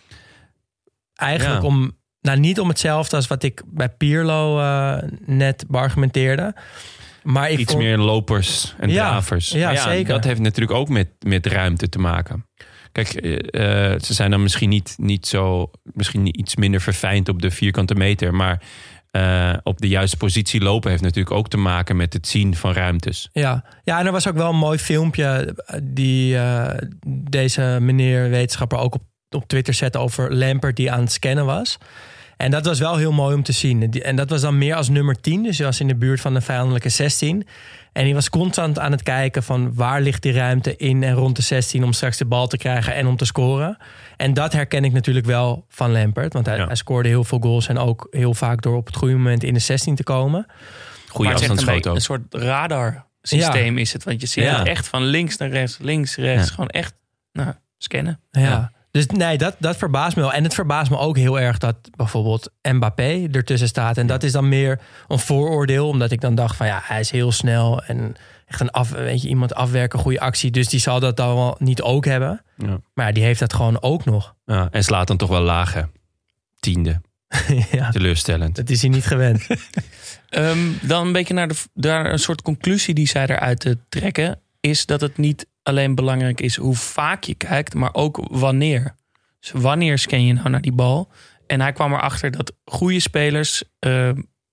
Eigenlijk Ja. om, nou niet om hetzelfde als wat ik bij Pirlo uh, net beargumenteerde. Maar ik Iets vond, meer lopers en Ja, dravers. ja, Maar zeker. Dat heeft natuurlijk ook met, met ruimte te maken. Kijk, eh, eh, ze zijn dan misschien niet, niet zo... Misschien iets minder verfijnd op de vierkante meter. Maar uh, op de juiste positie lopen heeft natuurlijk ook te maken met het zien van ruimtes. Ja. ja, en er was ook wel een mooi filmpje die uh, deze meneer wetenschapper ook op, op Twitter zette over Lampard die aan het scannen was. En dat was wel heel mooi om te zien. En dat was dan meer als nummer tien. Dus hij was in de buurt van de vijandelijke zestien. En hij was constant aan het kijken van waar ligt die ruimte in en rond de zestien om straks de bal te krijgen en om te scoren. En dat herken ik natuurlijk wel van Lampard. Want hij, Ja. hij scoorde heel veel goals en ook heel vaak door op het goede moment in de zestien te komen. Goede Maar het is echt een, afstandsschoot beetje ook. een soort radarsysteem is het. Want je ziet Ja. het echt van links naar rechts, links, rechts. Ja. Gewoon echt nou, scannen. Ja. Ja. Dus nee, dat, dat verbaast me wel. En het verbaast me ook heel erg dat bijvoorbeeld Mbappé ertussen staat. En dat is dan meer een vooroordeel. Omdat ik dan dacht van ja, hij is heel snel. En echt een af, weet je, iemand afwerken, goede actie. Dus die zal dat dan wel niet ook hebben. Ja. Maar ja, die heeft dat gewoon ook nog. Ja, en slaat dan toch wel lager. Tiende. Ja, Teleurstellend. dat is hij niet gewend. Um, dan een beetje naar de, daar een soort conclusie die zij eruit te trekken, is dat het niet alleen belangrijk is hoe vaak je kijkt, maar ook wanneer. Dus wanneer scan je nou naar die bal? En hij kwam erachter dat goede spelers uh,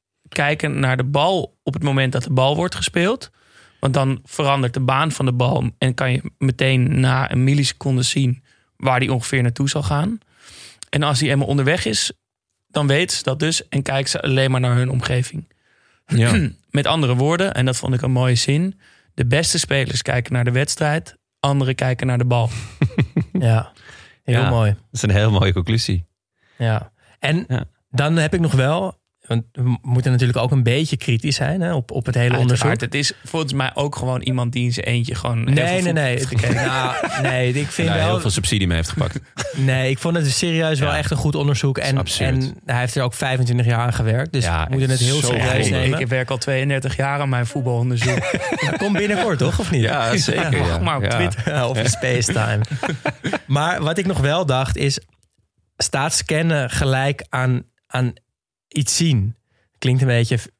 kijken naar de bal op het moment dat de bal wordt gespeeld. Want dan verandert de baan van de bal en kan je meteen na een milliseconde zien waar die ongeveer naartoe zal gaan. En als die eenmaal onderweg is, dan weten ze dat dus en kijken ze alleen maar naar hun omgeving. Ja. Met andere woorden, en dat vond ik een mooie zin, de beste spelers kijken naar de wedstrijd, anderen kijken naar de bal. Ja, heel Ja. mooi. Dat is een heel mooie conclusie. Ja. En Ja. dan heb ik nog wel, want we moeten natuurlijk ook een beetje kritisch zijn hè, op, op het hele onderzoek. Uiteraard, het is volgens mij ook gewoon iemand die in zijn eentje gewoon heel Nee, veel nee, voetbal nee. heeft gekeken. Nou, nee, ik vind Daar wel. heel veel subsidie mee heeft gepakt. Nee, ik vond het serieus wel Ja. echt een goed onderzoek. En, absurd. en hij heeft er ook vijfentwintig jaar aan gewerkt. Dus Ja, we moeten het echt heel zo serieus goed. nemen. Ik werk al tweeëndertig jaar aan mijn voetbalonderzoek. Kom binnenkort, toch? Of niet? Ja, zeker. Ja. Wacht maar op Ja. Twitter. Of in Spacetime. Maar wat ik nog wel dacht is, staat scannen gelijk aan, aan iets zien? Klinkt een beetje v-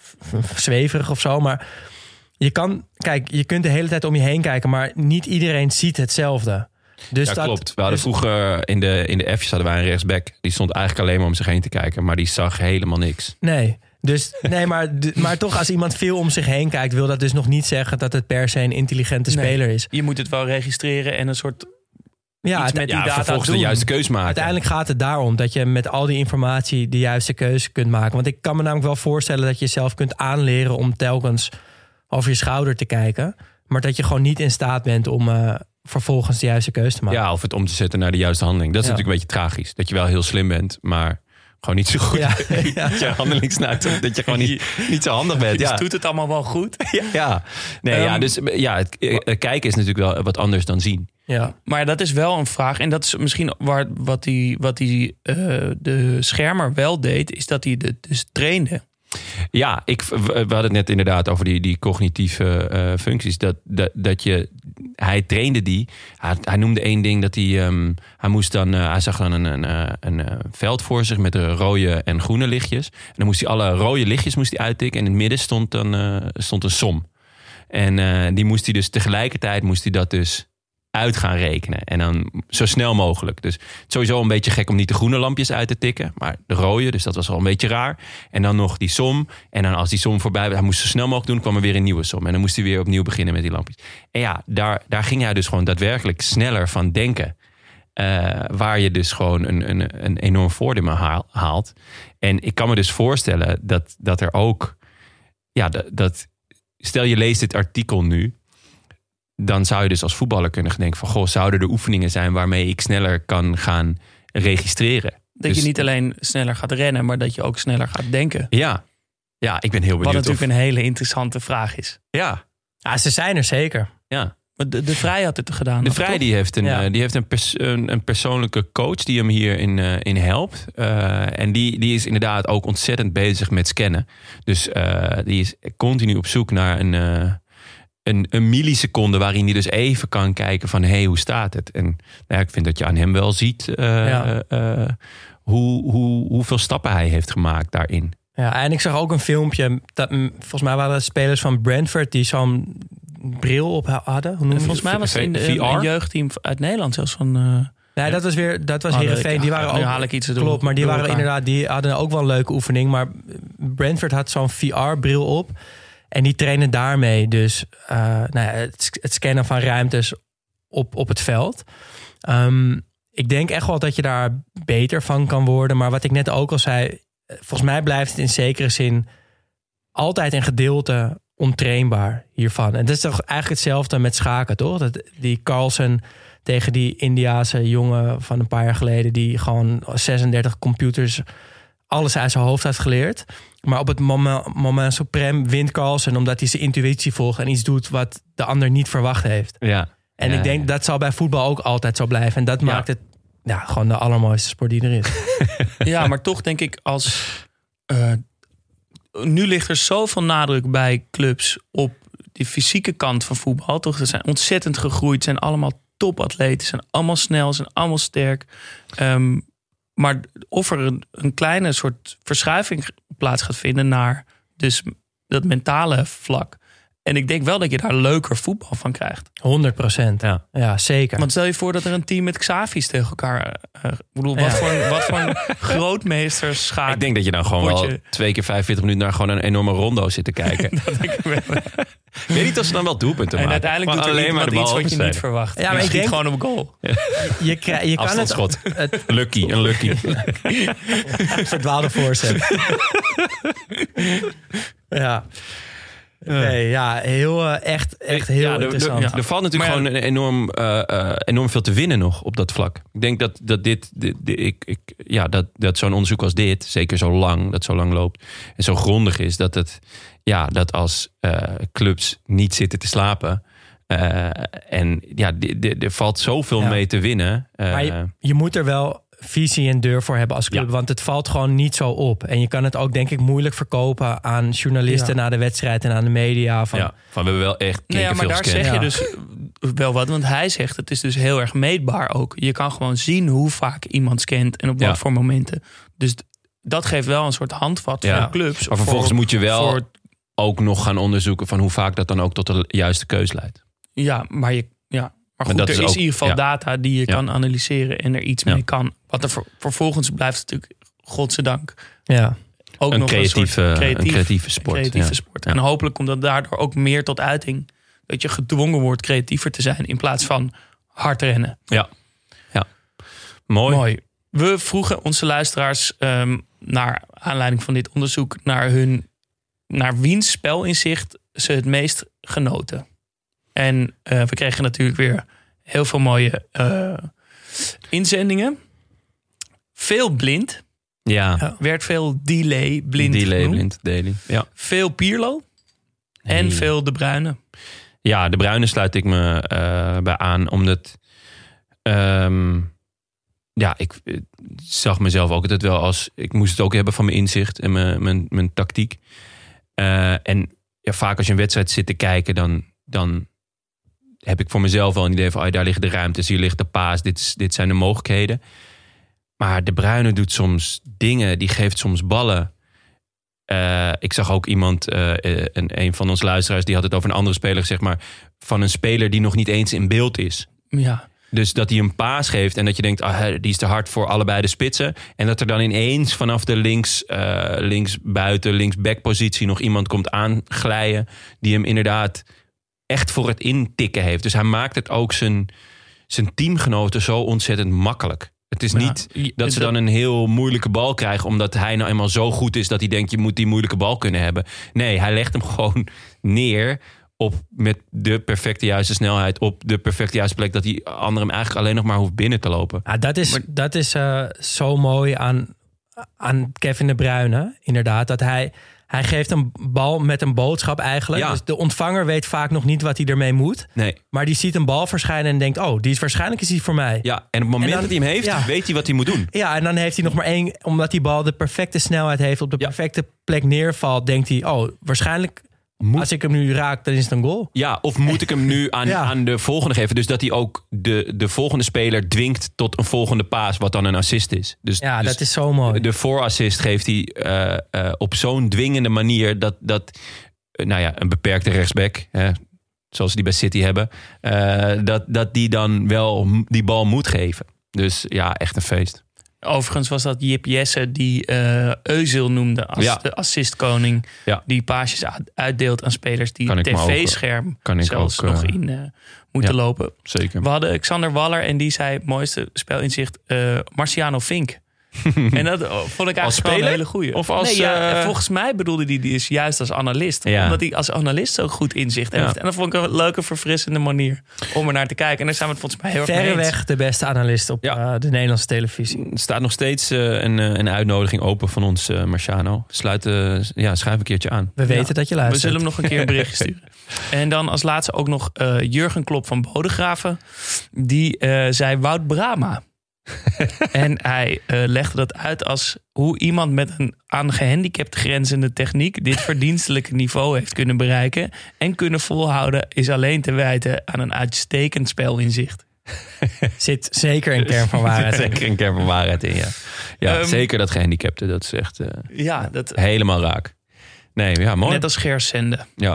v- zweverig of zo, maar je kan, kijk, je kunt de hele tijd om je heen kijken, maar niet iedereen ziet hetzelfde. Dus Ja, dat, klopt. We hadden dus- vroeger in de, in de F's hadden wij een rechtsback. Die stond eigenlijk alleen maar om zich heen te kijken. Maar die zag helemaal niks. Nee, dus, nee maar, d- maar toch als iemand veel om zich heen kijkt, wil dat dus nog niet zeggen dat het per se een intelligente Nee. speler is. Je moet het wel registreren en een soort Ja, iets het- met die Ja, data vervolgens doen. de juiste keus maken. uiteindelijk gaat het daarom dat je met al die informatie de juiste keuze kunt maken. Want ik kan me namelijk wel voorstellen dat je jezelf kunt aanleren om telkens over je schouder te kijken. Maar dat je gewoon niet in staat bent om uh, vervolgens de juiste keuze te maken. Ja, of het om te zetten naar de juiste handeling. Dat is Ja. natuurlijk een beetje tragisch. Dat je wel heel slim bent, maar gewoon niet zo goed. Ja, Dat je handelingsnuit, dat je gewoon niet, niet zo handig bent. Dus Ja, doet het allemaal wel goed. ja. Nee, ja, Ehm, dus ja, het, het kijken is natuurlijk wel wat anders dan zien. Ja. Maar dat is wel een vraag. En dat is misschien waar, wat die, wat die uh, de schermer wel deed, is dat hij de, dus trainde. Ja, ik, we hadden het net inderdaad over die, die cognitieve uh, functies. Dat, dat, dat je, hij trainde die. Hij, hij noemde één ding dat hij, um, hij moest dan, uh, hij zag dan een, een, een, een veld voor zich met de rode en groene lichtjes. En dan moest hij alle rode lichtjes moest hij uittikken. En in het midden stond, dan, uh, stond een som. En uh, die moest hij dus tegelijkertijd moest hij dat dus uit gaan rekenen. En dan zo snel mogelijk. Dus sowieso een beetje gek om niet de groene lampjes uit te tikken. Maar de rode, dus dat was al een beetje raar. En dan nog die som. En dan als die som voorbij was, hij moest zo snel mogelijk doen, kwam er weer een nieuwe som. En dan moest hij weer opnieuw beginnen met die lampjes. En ja, daar, daar ging hij dus gewoon daadwerkelijk sneller van denken. Uh, waar je dus gewoon een, een, een enorm voordeel haal, haalt. En ik kan me dus voorstellen dat, dat er ook... Ja, dat, dat stel je leest dit artikel nu, dan zou je dus als voetballer kunnen denken van, goh, zouden er oefeningen zijn waarmee ik sneller kan gaan registreren? Dat Dus- je niet alleen sneller gaat rennen, maar dat je ook sneller gaat denken. Ja, ja, ik ben heel Wat benieuwd natuurlijk of... een hele interessante vraag is. Ja, Ja, ze zijn er zeker. ja. De, de Vrij had het gedaan. De Vrij die heeft, een, Ja. uh, die heeft een, pers- een, een persoonlijke coach die hem hierin uh, in helpt. Uh, en die, die is inderdaad ook ontzettend bezig met scannen. Dus uh, die is continu op zoek naar een, uh, een, een milliseconde waarin hij dus even kan kijken van hé, hey, hoe staat het? En nou ja, ik vind dat je aan hem wel ziet uh, Ja. uh, hoe, hoe, hoeveel stappen hij heeft gemaakt daarin. Ja, en ik zag ook een filmpje. Dat, mm, volgens mij waren het spelers van Brentford die zo'n bril op ha- hadden. Hoe noem je Volgens het? mij was het in de, V R? een jeugdteam uit Nederland zelfs van... Uh, Nee, dat was weer dat was Oh, Heerenveen. Die ja, waren nu ook, haal ik iets door- klopt, maar die door waren elkaar. inderdaad, die hadden ook wel een leuke oefening. Maar Brentford had zo'n V R-bril op en die trainen daarmee. Dus uh, nou ja, het, het scannen van ruimtes op, op het veld. Um, ik denk echt wel dat je daar beter van kan worden. Maar wat ik net ook al zei, volgens mij blijft het in zekere zin altijd een gedeelte ontrainbaar hiervan. En dat is toch eigenlijk hetzelfde met schaken, toch? Dat die Carlsen tegen die Indiase jongen van een paar jaar geleden, die gewoon zesendertig computers alles uit zijn hoofd had geleerd. Maar op het moment, moment suprem wint Carlsen omdat hij zijn intuïtie volgt en iets doet wat de ander niet verwacht heeft. Ja. En Ja, ik denk ja. dat zal bij voetbal ook altijd zo blijven. En dat Ja. maakt het ja, gewoon de allermooiste sport die er is. ja, maar toch denk ik als... Uh, nu ligt er zoveel nadruk bij clubs op die fysieke kant van voetbal. Toch? Ze zijn ontzettend gegroeid, zijn allemaal topatleten, zijn allemaal snel, zijn allemaal sterk. Um, maar of er een, een kleine soort verschuiving plaats gaat vinden naar dus dat mentale vlak. En ik denk wel dat je daar leuker voetbal van krijgt. honderd procent. Ja. Ja, zeker. Want stel je voor dat er een team met Xavi's tegen elkaar... Uh, ik bedoel, wat, Ja. voor een, wat voor een grootmeesters schaak. Ik denk dat je dan gewoon Word wel je- twee keer vijfenveertig minuten naar gewoon een enorme rondo zit te kijken. dat denk ik wel. Ik weet niet of ze dan wel doelpunten En maken. uiteindelijk Maar doet er alleen maar iemand de bal iets wat je niet opzij. verwacht. Ja, Ja, maar maar ik schiet denk- gewoon op goal. Je, krijg, je kan het, Afstandsschot. het Lucky, een lucky. verdwaalde voorzet. ja. Nee, ja, heel, uh, echt, echt heel Ja, er- interessant. Er, er valt natuurlijk Maar ja, gewoon een enorm, uh, uh, enorm veel te winnen nog op dat vlak. Ik denk dat, dat dit, dit, dit- ik, ik, ja, dat, dat zo'n onderzoek als dit, zeker zo lang, dat zo lang loopt en zo grondig is, dat het, ja, dat als uh, clubs niet zitten te slapen. Uh, en ja, di- di- er valt zoveel Ja. mee te winnen. Uh, Maar je, je moet er wel visie en deur voor hebben als club. Ja. Want het valt gewoon niet zo op. En je kan het ook denk ik moeilijk verkopen aan journalisten Ja. na de wedstrijd en aan de media. Van, ja, van we hebben wel echt Nou ja, maar veel daar gescand. zeg je Ja. dus uh, wel wat. Want hij zegt, het is dus heel erg meetbaar ook. Je kan gewoon zien hoe vaak iemand scant en op Ja. wat voor momenten. Dus d- dat geeft wel een soort handvat Ja. voor clubs. Maar vervolgens voor- moet je wel voor- ook nog gaan onderzoeken van hoe vaak dat dan ook tot de juiste keus leidt. Ja, maar je... Ja. Maar goed, dat er is is, ook- in ieder geval ja. data die je Ja. kan analyseren en er iets Ja. mee kan. Wat er ver- vervolgens blijft natuurlijk, godzijdank, ja. ook Een nog creatieve, een soort creatief, een creatieve sport. creatieve ja. sport. Ja. En hopelijk komt dat daardoor ook meer tot uiting. Dat je gedwongen wordt creatiever te zijn in plaats van hard rennen. Ja. ja. Mooi. Mooi. We vroegen onze luisteraars um, naar aanleiding van dit onderzoek naar hun naar wiens spelinzicht ze het meest genoten. En uh, we kregen natuurlijk weer heel veel mooie uh, inzendingen. Veel blind. Ja. Uh, werd veel delay blind Delay, genoemd. blind, daily. Ja. Veel Pirlo. En Nee. veel De Bruyne. Ja, de bruine sluit ik me uh, bij aan, omdat um, ja, ik uh, zag mezelf ook altijd wel als, ik moest het ook hebben van mijn inzicht en mijn, mijn, mijn tactiek. Uh, en ja, vaak als je een wedstrijd zit te kijken, dan, dan heb ik voor mezelf wel een idee van, oh, daar liggen de ruimtes, hier ligt de paas, dit, is, dit zijn de mogelijkheden. Maar De Bruyne doet soms dingen, die geeft soms ballen. Uh, ik zag ook iemand, uh, een, een van onze luisteraars, die had het over een andere speler, zeg maar, van een speler die nog niet eens in beeld is. Ja. Dus dat hij een paas geeft en dat je denkt, ah, die is te hard voor allebei de spitsen. En dat er dan ineens vanaf de links, uh, links buiten, linksback positie nog iemand komt aanglijden die hem inderdaad echt voor het intikken heeft. Dus hij maakt het ook zijn, zijn teamgenoten zo ontzettend makkelijk. Het is Ja, niet dat ze dan een heel moeilijke bal krijgen, omdat hij nou eenmaal zo goed is dat hij denkt, je moet die moeilijke bal kunnen hebben. Nee, hij legt hem gewoon neer op met de perfecte juiste snelheid, op de perfecte juiste plek, dat die ander hem eigenlijk alleen nog maar hoeft binnen te lopen. Ja, dat is, dat is uh, zo mooi aan, aan Kevin De Bruyne, inderdaad. Dat hij, Hij geeft een bal met een boodschap eigenlijk. Ja. Dus de ontvanger weet vaak nog niet wat hij ermee moet. Nee. Maar die ziet een bal verschijnen en denkt... oh, die is waarschijnlijk is die voor mij. Ja, en op het moment En dan- dat hij hem heeft, ja. weet hij wat hij moet doen. Ja, en dan heeft hij nog maar één... omdat die bal de perfecte snelheid heeft... op de Ja. perfecte plek neervalt... denkt hij, oh, waarschijnlijk... Moet- als ik hem nu raak, dan is het een goal. Ja, of moet ik hem nu aan, Ja. aan de volgende geven? Dus dat hij ook de, de volgende speler dwingt tot een volgende paas... wat dan een assist is. Dus, Ja, dus dat is zo mooi. de voorassist geeft hij eh, eh, op zo'n dwingende manier... dat, dat eh, nou ja, een beperkte rechtsback... Hè, zoals die bij City hebben... eh, dat, dat die dan wel die bal moet geven. Dus ja, echt een feest. Overigens was dat Jip Jesse die eh Özil noemde als Ja. de assistkoning. Ja. Die paasjes uit- uitdeelt aan spelers die Kan het ik me ook, tv-scherm kan ik zelfs ook, nog eh, in eh, moeten ja. lopen. Zeker. We hadden Xander Waller en die zei mooiste spelinzicht eh Marciano Fink. En dat oh, vond ik Als eigenlijk gewoon een speler? hele goeie. Of als, nee, ja, eh, volgens mij bedoelde hij die dus juist als analist. Ja. Omdat hij als analist zo goed inzicht heeft. Ja. En dat vond ik een leuke, verfrissende manier om er naar te kijken. En daar zijn we het volgens mij heel erg mee eens. Verreweg de beste analist op Ja. eh, de Nederlandse televisie. Er staat nog steeds eh, een, eh, een uitnodiging open van ons, eh, Marciano. Sluit, eh, ja, schrijf een keertje aan. We weten dat je We luistert. zullen hem nog een keer een berichtje sturen. En dan als laatste ook nog eh, Jurgen Klopp van Bodegraven. Die eh, zei Wout Brama. En hij eh, legde dat uit als hoe iemand met een aan gehandicapt grenzende techniek dit verdienstelijke niveau heeft kunnen bereiken en kunnen volhouden is alleen te wijten aan een uitstekend spelinzicht. Zit zeker een kern van Er waarheid zit in. zeker een kern van waarheid in, ja. Ja, Ehm, zeker dat gehandicapte, dat is echt eh, Ja, dat, helemaal raak. Nee, ja, mooi. net als Gersende. Ja.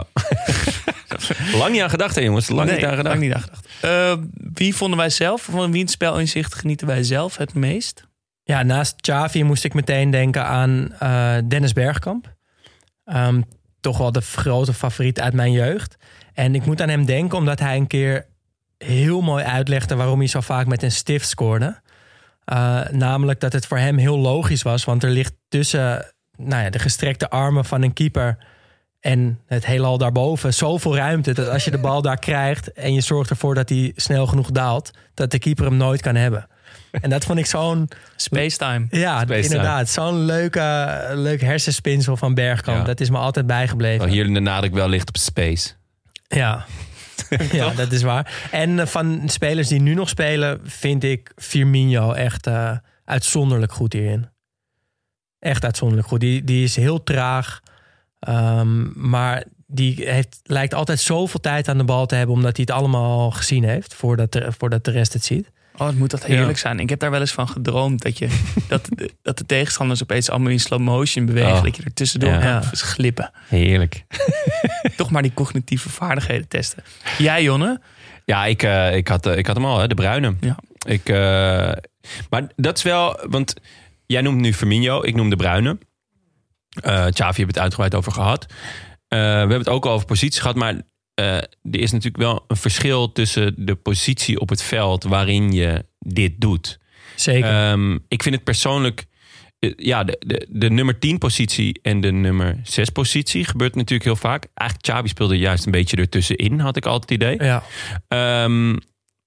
Lang niet aan gedacht, hè, jongens. Lang Nee, niet aan gedacht. lang niet aan gedacht. Eh, wie vonden wij zelf, van wiens spelinzicht genieten wij zelf het meest? Ja, naast Xavi moest ik meteen denken aan eh, Dennis Bergkamp. Ehm, toch wel de grote favoriet uit mijn jeugd. En ik moet aan hem denken omdat hij een keer heel mooi uitlegde waarom hij zo vaak met een stift scoorde. Uh, namelijk dat het voor hem heel logisch was, want er ligt tussen nou ja, de gestrekte armen van een keeper en het heelal daarboven zoveel ruimte dat als je de bal daar krijgt en je zorgt ervoor dat hij snel genoeg daalt, dat de keeper hem nooit kan hebben. En dat vond ik zo'n... Spacetime. Ja, Space inderdaad. Zo'n leuke, leuk hersenspinsel van Bergkamp. Ja. Dat is me altijd bijgebleven. Wel, hier de nadruk wel ligt op space. Ja. Ja, dat is waar. En uh, van spelers die nu nog spelen, vind ik Firmino echt uh, uitzonderlijk goed hierin. Echt uitzonderlijk goed. Die, die is heel traag. Um, maar die heeft, lijkt altijd zoveel tijd aan de bal te hebben, omdat hij het allemaal al gezien heeft, voordat de, voordat de rest het ziet. Oh, het moet dat heerlijk zijn. Ik heb daar wel eens van gedroomd dat, je, dat, de, dat de tegenstanders opeens allemaal in slow motion bewegen. Oh. Dat je er tussendoor Ja. kan glippen. Heerlijk. Toch maar die cognitieve vaardigheden testen. Jij, Jonne? Ja, ik, uh, ik, had, uh, ik had hem al, hè, de bruine. Ja. Ik, uh, maar dat is wel, want jij noemt nu Firmino, ik noem de bruine. Uh, Xavi heeft het uitgebreid over gehad. Uh, we hebben het ook al over positie gehad, maar uh, er is natuurlijk wel een verschil tussen de positie op het veld waarin je dit doet. Zeker. Um, ik vind het persoonlijk, uh, ja, de, de, de nummer tien positie en de nummer zes positie gebeurt natuurlijk heel vaak. Eigenlijk Xavi speelde juist een beetje ertussenin, had ik altijd het idee. Ja. Um,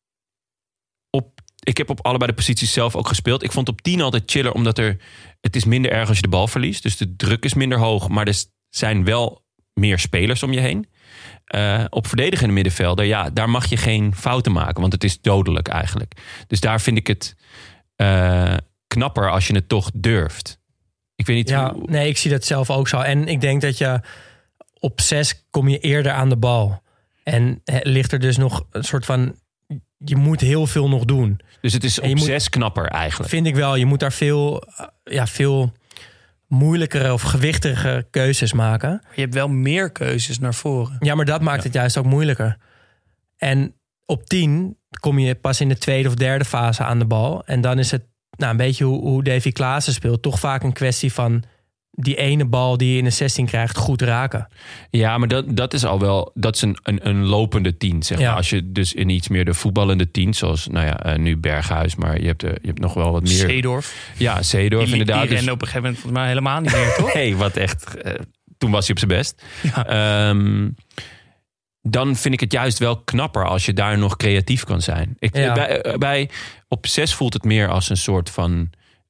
op, ik heb op allebei de posities zelf ook gespeeld. Ik vond op tien altijd chiller, omdat er het is minder erg als je de bal verliest. Dus de druk is minder hoog, maar er zijn wel meer spelers om je heen. Uh, op verdedigende middenvelder, ja, daar mag je geen fouten maken, want het is dodelijk eigenlijk. Dus daar vind ik het uh, knapper als je het toch durft. Ik weet niet Ja, hoe... nee, ik zie dat zelf ook zo. En ik denk dat je op zes kom je eerder aan de bal. En ligt er dus nog een soort van, je moet heel veel nog doen. Dus het is op moet, zes knapper eigenlijk. Vind ik wel. Je moet daar veel, ja, veel moeilijkere of gewichtige keuzes maken. Je hebt wel meer keuzes naar voren. Ja, maar dat maakt ja. het juist ook moeilijker. En op tien kom je pas in de tweede of derde fase aan de bal. En dan is het, nou, een beetje hoe, hoe Davy Klaassen speelt, toch vaak een kwestie van die ene bal die je in de zestien krijgt goed raken. Ja, maar dat, dat is al wel, dat is een, een, een lopende tien, zeg maar. Ja. Als je dus in iets meer de voetballende tien, zoals nou ja, uh, nu Berghuis, maar je hebt, uh, je hebt nog wel wat meer. Seedorf. Ja, Seedorf Die, inderdaad. die dus... rende op een gegeven moment volgens mij helemaal niet meer, toch? Nee, wat echt, uh, toen was hij op zijn best. Ja. Um, dan vind ik het juist wel knapper als je daar nog creatief kan zijn. Ik, Ja. bij, bij, op zes voelt het meer als een soort van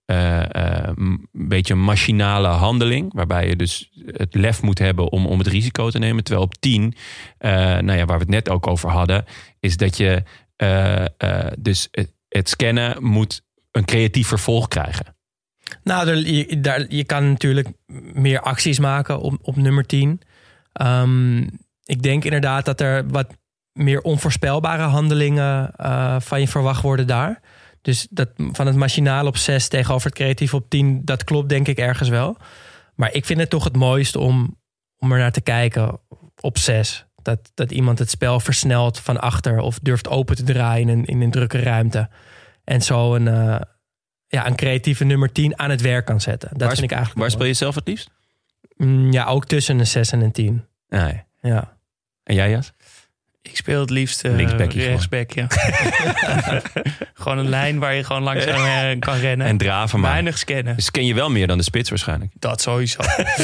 uh, uh, een beetje een machinale handeling. Waarbij je dus het lef moet hebben om, om het risico te nemen. Terwijl op tien, uh, nou ja, waar we het net ook over hadden, is dat je uh, uh, dus het, het scannen moet een creatief vervolg krijgen. Nou, er, je, daar, je kan natuurlijk meer acties maken op, op nummer tien. Um, ik denk inderdaad dat er wat meer onvoorspelbare handelingen uh, van je verwacht worden daar. Dus dat van het machinale op zes tegenover het creatief op tien, dat klopt denk ik ergens wel. Maar ik vind het toch het mooist om, om er naar te kijken op zes. Dat, dat iemand het spel versnelt van achter of durft open te draaien in, in een drukke ruimte. En zo een, uh, ja, een creatieve nummer tien aan het werk kan zetten. Dat waar vind ik eigenlijk Waar mooi. speel je zelf het liefst? Mm, ja, ook tussen een zes en een tien. Ah, ja. Ja. En jij, Jas? Ik speel het liefst uh, Linksbackie rechtsback, ja. Gewoon een lijn waar je gewoon langs uh, kan rennen. En draven maar. Weinig scannen. Dus ken je wel meer dan de spits waarschijnlijk. Dat sowieso.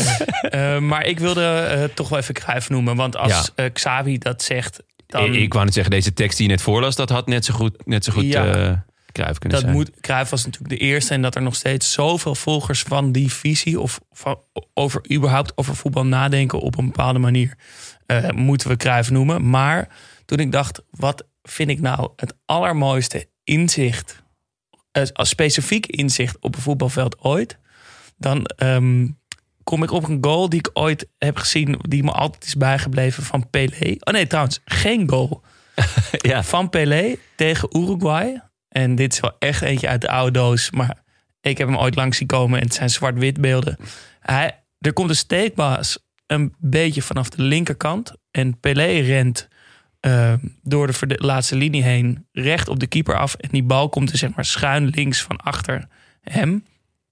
uh, maar ik wilde uh, toch wel even Cruijff noemen. Want als ja. uh, Xavi dat zegt... Dan... Ik, ik wou net zeggen, deze tekst die je net voorlas, dat had net zo goed, net zo goed ja. uh, Cruijff kunnen dat zijn. Moet, Cruijff was natuurlijk de eerste. En dat er nog steeds zoveel volgers van die visie... of van, over überhaupt over voetbal nadenken op een bepaalde manier... Uh, moeten we Cruijff noemen. Maar toen ik dacht, wat vind ik nou het allermooiste inzicht... Uh, als specifiek inzicht op een voetbalveld ooit... dan um, kom ik op een goal die ik ooit heb gezien... die me altijd is bijgebleven van Pelé. Oh nee, trouwens, geen goal. ja. Van Pelé tegen Uruguay. En dit is wel echt eentje uit de oude doos... maar ik heb hem ooit langs zien komen... en het zijn zwart-wit beelden. Hij, er komt een steekbaas... een beetje vanaf de linkerkant. En Pelé rent uh, door de verde- laatste linie heen... recht op de keeper af. En die bal komt er zeg maar schuin links van achter hem.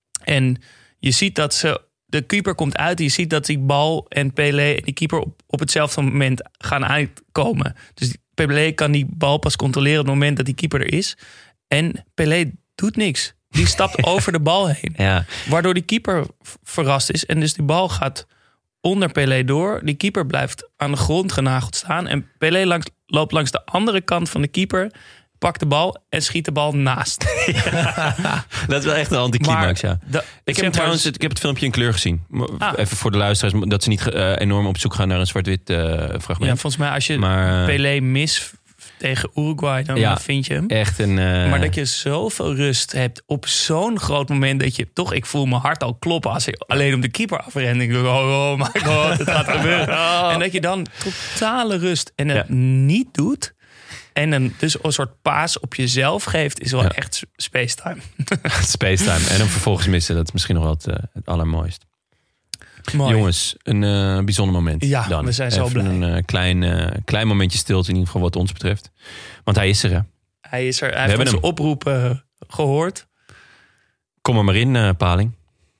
En je ziet dat ze... De keeper komt uit. En je ziet dat die bal en Pelé en die keeper... op, op hetzelfde moment gaan uitkomen. Dus Pelé kan die bal pas controleren... op het moment dat die keeper er is. En Pelé doet niks. Die stapt over de bal heen. Ja. Waardoor die keeper verrast is. En dus die bal gaat... onder Pelé door. Die keeper blijft aan de grond genageld staan. En Pelé langs, loopt langs de andere kant van de keeper... pakt de bal en schiet de bal naast. Ja, dat is wel echt een anticlimax, ja. Da, ik, heb trouwens, ik heb het filmpje in kleur gezien. Ah. Even voor de luisteraars, dat ze niet uh, enorm op zoek gaan naar een zwart-wit uh, fragment. Ja, volgens mij als je maar, uh, Pelé mis tegen Uruguay, dan ja, vind je hem. Echt een, uh... Maar dat je zoveel rust hebt op zo'n groot moment... dat je toch, ik voel mijn hart al kloppen... als ik alleen op de keeper afren. Ik denk, oh, oh my god, het gaat gebeuren. Oh. En dat je dan totale rust en het ja. niet doet... en een, dus een soort paas op jezelf geeft... is wel ja. echt spacetime. Spacetime. En dan vervolgens missen, dat is misschien nog wel het, uh, het allermooist. Mooi. Jongens, een uh, bijzonder moment. Ja, dan. we zijn zo Even blij. een uh, klein, uh, klein momentje stilte in ieder geval wat ons betreft. Want hij is er, hè? Hij is er. Hij we heeft onze oproep uh, gehoord. Kom er maar in, uh, Paling.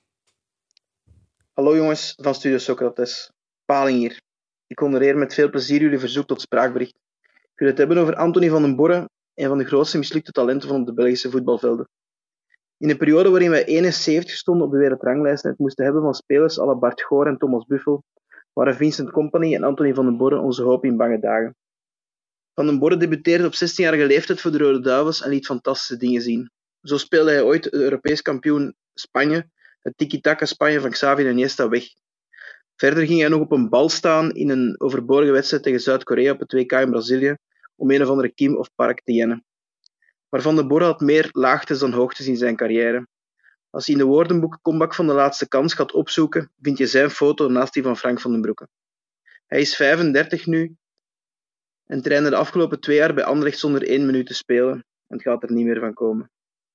Hallo jongens van Studio Socrates. Paling hier. Ik honoreer met veel plezier jullie verzoek tot spraakbericht. Ik wil het hebben over Anthony van den Borre, een van de grootste mislukte talenten van op de Belgische voetbalvelden. In een periode waarin wij eenenzeventig stonden op de wereldranglijst en het moesten hebben van spelers à la Bart Goor en Thomas Buffel, waren Vincent Kompany en Anthony van den Borre onze hoop in bange dagen. Van den Borre debuteerde op zestienjarige leeftijd voor de Rode Duivels en liet fantastische dingen zien. Zo speelde hij ooit de Europees kampioen Spanje, het tiki-taka Spanje van Xavi en Iniesta, weg. Verder ging hij nog op een bal staan in een overbodige wedstrijd tegen Zuid-Korea op het W K in Brazilië, om een of andere Kim of Park te jennen. Maar Van den Borre had meer laagtes dan hoogtes in zijn carrière. Als je in de woordenboek Comeback van de laatste kans gaat opzoeken, vind je zijn foto naast die van Frank van den Broeke. Hij is vijfendertig nu en trainde de afgelopen twee jaar bij Anderlecht zonder één minuut te spelen. En het gaat er niet meer van komen.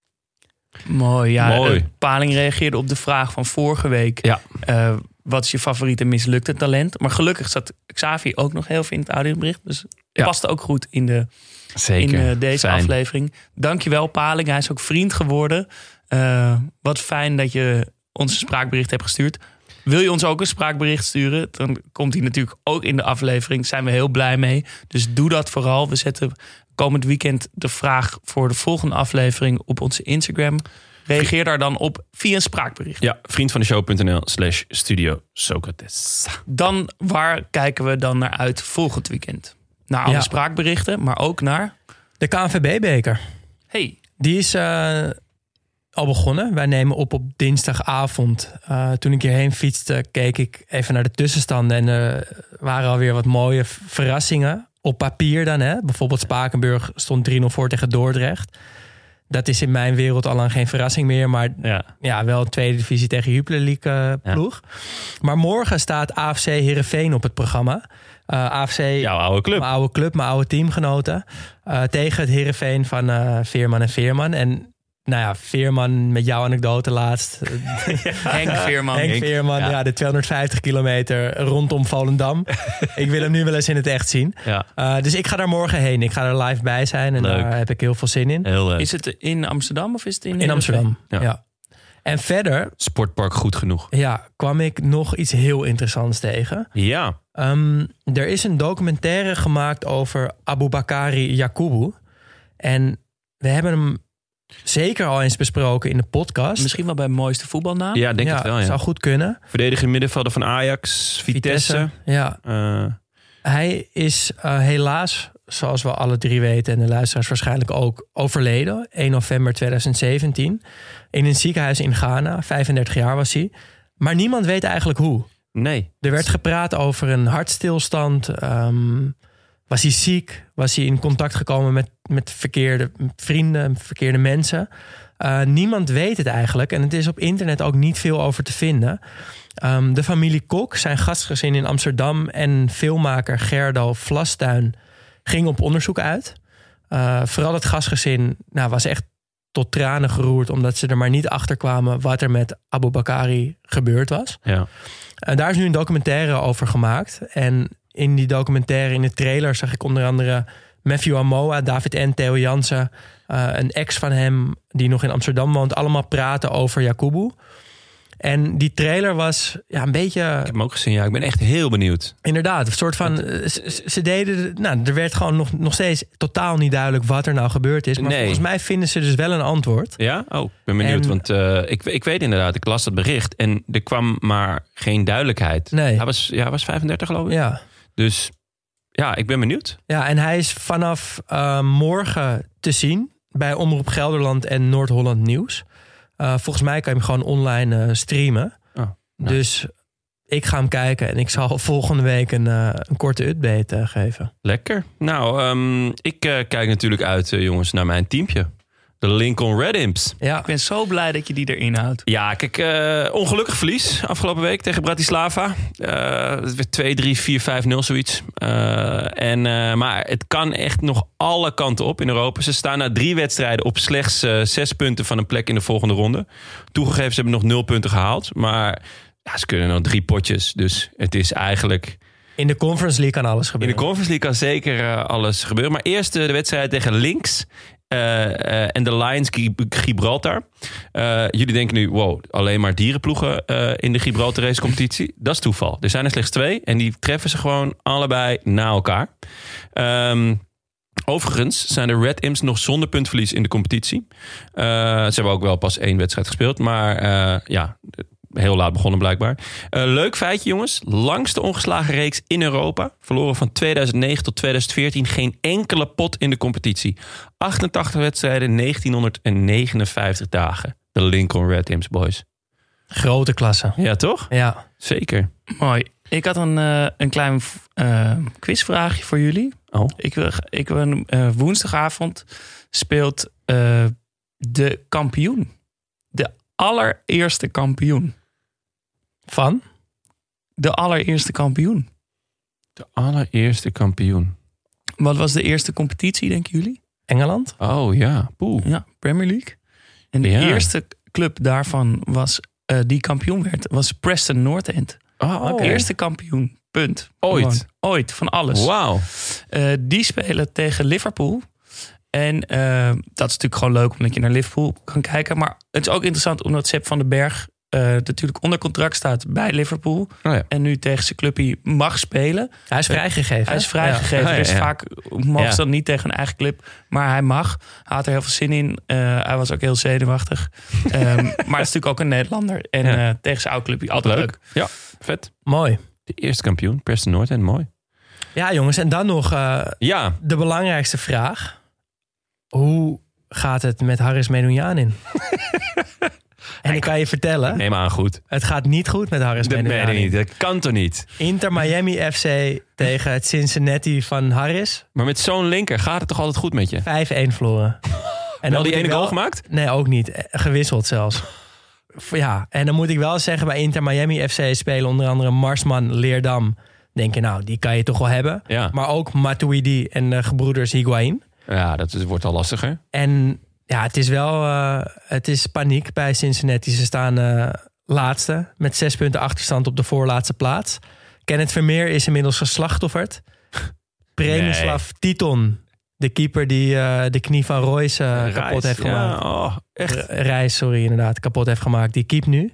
Mooi, ja. Mooi. Uh, Paling reageerde op de vraag van vorige week. Ja. Uh, wat is je favoriete mislukte talent? Maar gelukkig zat Xavi ook nog heel veel in het audiobericht. Dus het ja. paste ook goed in, de, Zeker. in uh, deze Fijn. aflevering. Dankjewel Paling, hij is ook vriend geworden. Uh, wat fijn dat je ons een spraakbericht hebt gestuurd. Wil je ons ook een spraakbericht sturen? Dan komt hij natuurlijk ook in de aflevering. Daar zijn we heel blij mee. Dus doe dat vooral. We zetten komend weekend de vraag voor de volgende aflevering op onze Instagram. Reageer daar dan op via een spraakbericht. Ja, vriendvandeshow.nl slash studio Socrates. Dan, waar kijken we dan naar uit volgend weekend? Naar alle ja. spraakberichten, maar ook naar... De K N V B-beker. Hey. Die is uh, al begonnen. Wij nemen op op dinsdagavond. Uh, toen ik hierheen fietste, keek ik even naar de tussenstanden. En er uh, waren alweer wat mooie verrassingen. Op papier dan, hè. Bijvoorbeeld Spakenburg stond drie nul voor tegen Dordrecht. Dat is in mijn wereld al lang geen verrassing meer. Maar ja, ja wel een tweede divisie tegen Jupiler League uh, ploeg. Ja. Maar morgen staat A F C Heerenveen op het programma. Uh, A F C, jouw oude club. Mijn oude club, mijn oude teamgenoten. Uh, tegen het Heerenveen van uh, Veerman en Veerman. En nou ja, Veerman met jouw anekdote laatst. Henk Veerman. Henk Veerman, ja. ja, de tweehonderdvijftig kilometer rondom Volendam. Ik wil hem nu wel eens in het echt zien. Ja. Uh, dus ik ga daar morgen heen. Ik ga er live bij zijn en leuk. Daar heb ik heel veel zin in. Heel leuk. Is het in Amsterdam of is het in In Amsterdam, ja. ja. En verder... Sportpark goed genoeg. Ja, kwam ik nog iets heel interessants tegen. Ja. Um, er is een documentaire gemaakt over Aboubakary Yakubu. En we hebben hem zeker al eens besproken in de podcast. Misschien wel bij mooiste voetbalnaam. Ja, denk ja, het wel. Ja. Zou goed kunnen. Verdediger middenvelder van Ajax, Vitesse. Vitesse ja. Uh. Hij is uh, helaas, zoals we alle drie weten en de luisteraars waarschijnlijk ook, overleden. één november tweeduizend zeventien. In een ziekenhuis in Ghana. vijfendertig jaar was hij. Maar niemand weet eigenlijk hoe. Nee. Er werd gepraat over een hartstilstand. Um, was hij ziek? Was hij in contact gekomen met, met verkeerde vrienden, verkeerde mensen? Uh, niemand weet het eigenlijk. En het is op internet ook niet veel over te vinden. Um, de familie Kok, zijn gastgezin in Amsterdam en filmmaker Gerdo Vlastuin ging op onderzoek uit. Uh, vooral het gastgezin nou, was echt tot tranen geroerd, omdat ze er maar niet achter kwamen wat er met Aboubakary gebeurd was. Ja. Uh, daar is nu een documentaire over gemaakt. En in die documentaire, in de trailer, zag ik onder andere Matthew Amoa, David N, Theo Jansen, uh, een ex van hem die nog in Amsterdam woont, allemaal praten over Yakubu. En die trailer was ja, een beetje... Ik heb hem ook gezien, ja. Ik ben echt heel benieuwd. Inderdaad, een soort van... Ze, ze deden... Nou, er werd gewoon nog, nog steeds totaal niet duidelijk wat er nou gebeurd is. Maar nee. volgens mij vinden ze dus wel een antwoord. Ja? Oh, ik ben benieuwd. En, want uh, ik, ik weet inderdaad, ik las dat bericht en er kwam maar geen duidelijkheid. Nee. Hij was, ja, hij was vijfendertig geloof ik. Ja. Dus ja, ik ben benieuwd. Ja, en hij is vanaf uh, morgen te zien bij Omroep Gelderland en Noord-Holland Nieuws. Uh, volgens mij kan je hem gewoon online uh, streamen. Oh, nou. Dus ik ga hem kijken en ik zal volgende week een, uh, een korte update uh, geven. Lekker. Nou, um, ik uh, kijk natuurlijk uit, uh, jongens, naar mijn teampje. De Lincoln Red Imps. Ja. Ik ben zo blij dat je die erin houdt. Ja, kijk, uh, ongelukkig verlies afgelopen week tegen Bratislava. Uh, het werd twee drie, vier vijf nul zoiets. Uh, en, uh, maar het kan echt nog alle kanten op in Europa. Ze staan na drie wedstrijden op slechts uh, zes punten van een plek in de volgende ronde. Toegegeven, ze hebben nog nul punten gehaald. Maar ja, ze kunnen nog drie potjes. Dus het is eigenlijk... In de Conference League kan alles gebeuren. In de Conference League kan zeker uh, alles gebeuren. Maar eerst uh, de wedstrijd tegen Lynx. Uh, uh, en de Lions Gibraltar. Uh, jullie denken nu, wow, alleen maar dierenploegen uh, in de Gibraltar-race competitie. Dat is toeval. Er zijn er slechts twee en die treffen ze gewoon allebei na elkaar. Um, overigens zijn de Red Imps nog zonder puntverlies in de competitie. Uh, ze hebben ook wel pas één wedstrijd gespeeld, maar uh, ja... Heel laat begonnen blijkbaar. Uh, leuk feitje, jongens. Langste ongeslagen reeks in Europa. Verloren van tweeduizend negen tot tweeduizend veertien. Geen enkele pot in de competitie. achtentachtig wedstrijden, negentienhonderdnegenenvijftig dagen. De Lincoln Red Imps, boys. Grote klasse. Ja, toch? Ja. Zeker. Mooi. Ik had een, uh, een klein uh, quizvraagje voor jullie. Oh. Ik wil, ik wil uh, woensdagavond speelt uh, de kampioen. De allereerste kampioen. Van? De allereerste kampioen. De allereerste kampioen. Wat was de eerste competitie, denken jullie? Engeland. Oh ja, poeh. Ja, Premier League. En de ja. eerste club daarvan was, uh, die kampioen werd, was Preston North End. Oh, okay. Eerste kampioen, punt. Ooit? Gewoon. Ooit, van alles. Wauw. Uh, die spelen tegen Liverpool. En uh, dat is natuurlijk gewoon leuk omdat je naar Liverpool kan kijken. Maar het is ook interessant omdat Sepp van den Berg uh, natuurlijk onder contract staat bij Liverpool. Oh ja. En nu tegen zijn clubje mag spelen. Hij is vrijgegeven. Hij is vrijgegeven. Ja. Oh ja, dus ja. vaak mogen ja. ze dan niet tegen een eigen club. Maar hij mag. Hij had er heel veel zin in. Uh, hij was ook heel zenuwachtig. um, maar het is natuurlijk ook een Nederlander. En ja. uh, tegen zijn oude clubje altijd leuk. leuk. Ja, vet. Mooi. De eerste kampioen, Preston North End, mooi. Ja, jongens. En dan nog uh, ja. de belangrijkste vraag. Hoe gaat het met Haris Medunjanin? En ik kan je vertellen, Neem aan goed. het gaat niet goed met Haris Dat meen je Benouani. niet. Dat kan toch niet? Inter Miami F C tegen het Cincinnati van Harris. Maar met zo'n linker gaat het toch altijd goed met je? vijf-een verloren. En Wel moet die ik ene wel- goal gemaakt? Nee, ook niet. Eh, Gewisseld zelfs. F- Ja, en dan moet ik wel zeggen, bij Inter Miami F C spelen onder andere Marsman, Leerdam. Denk je, nou, die kan je toch wel hebben. Ja. Maar ook Matuidi en de gebroeders Higuain. Ja, dat is, wordt al lastiger. En ja, het is wel uh, het is paniek bij Cincinnati. Ze staan uh, laatste met zes punten achterstand op de voorlaatste plaats. Kenneth Vermeer is inmiddels geslachtofferd. Premislav nee. Titon, de keeper die uh, de knie van Royce uh, Reis, kapot heeft ja, gemaakt. oh, echt. R- Reis, sorry, inderdaad, kapot heeft gemaakt. Die keept nu.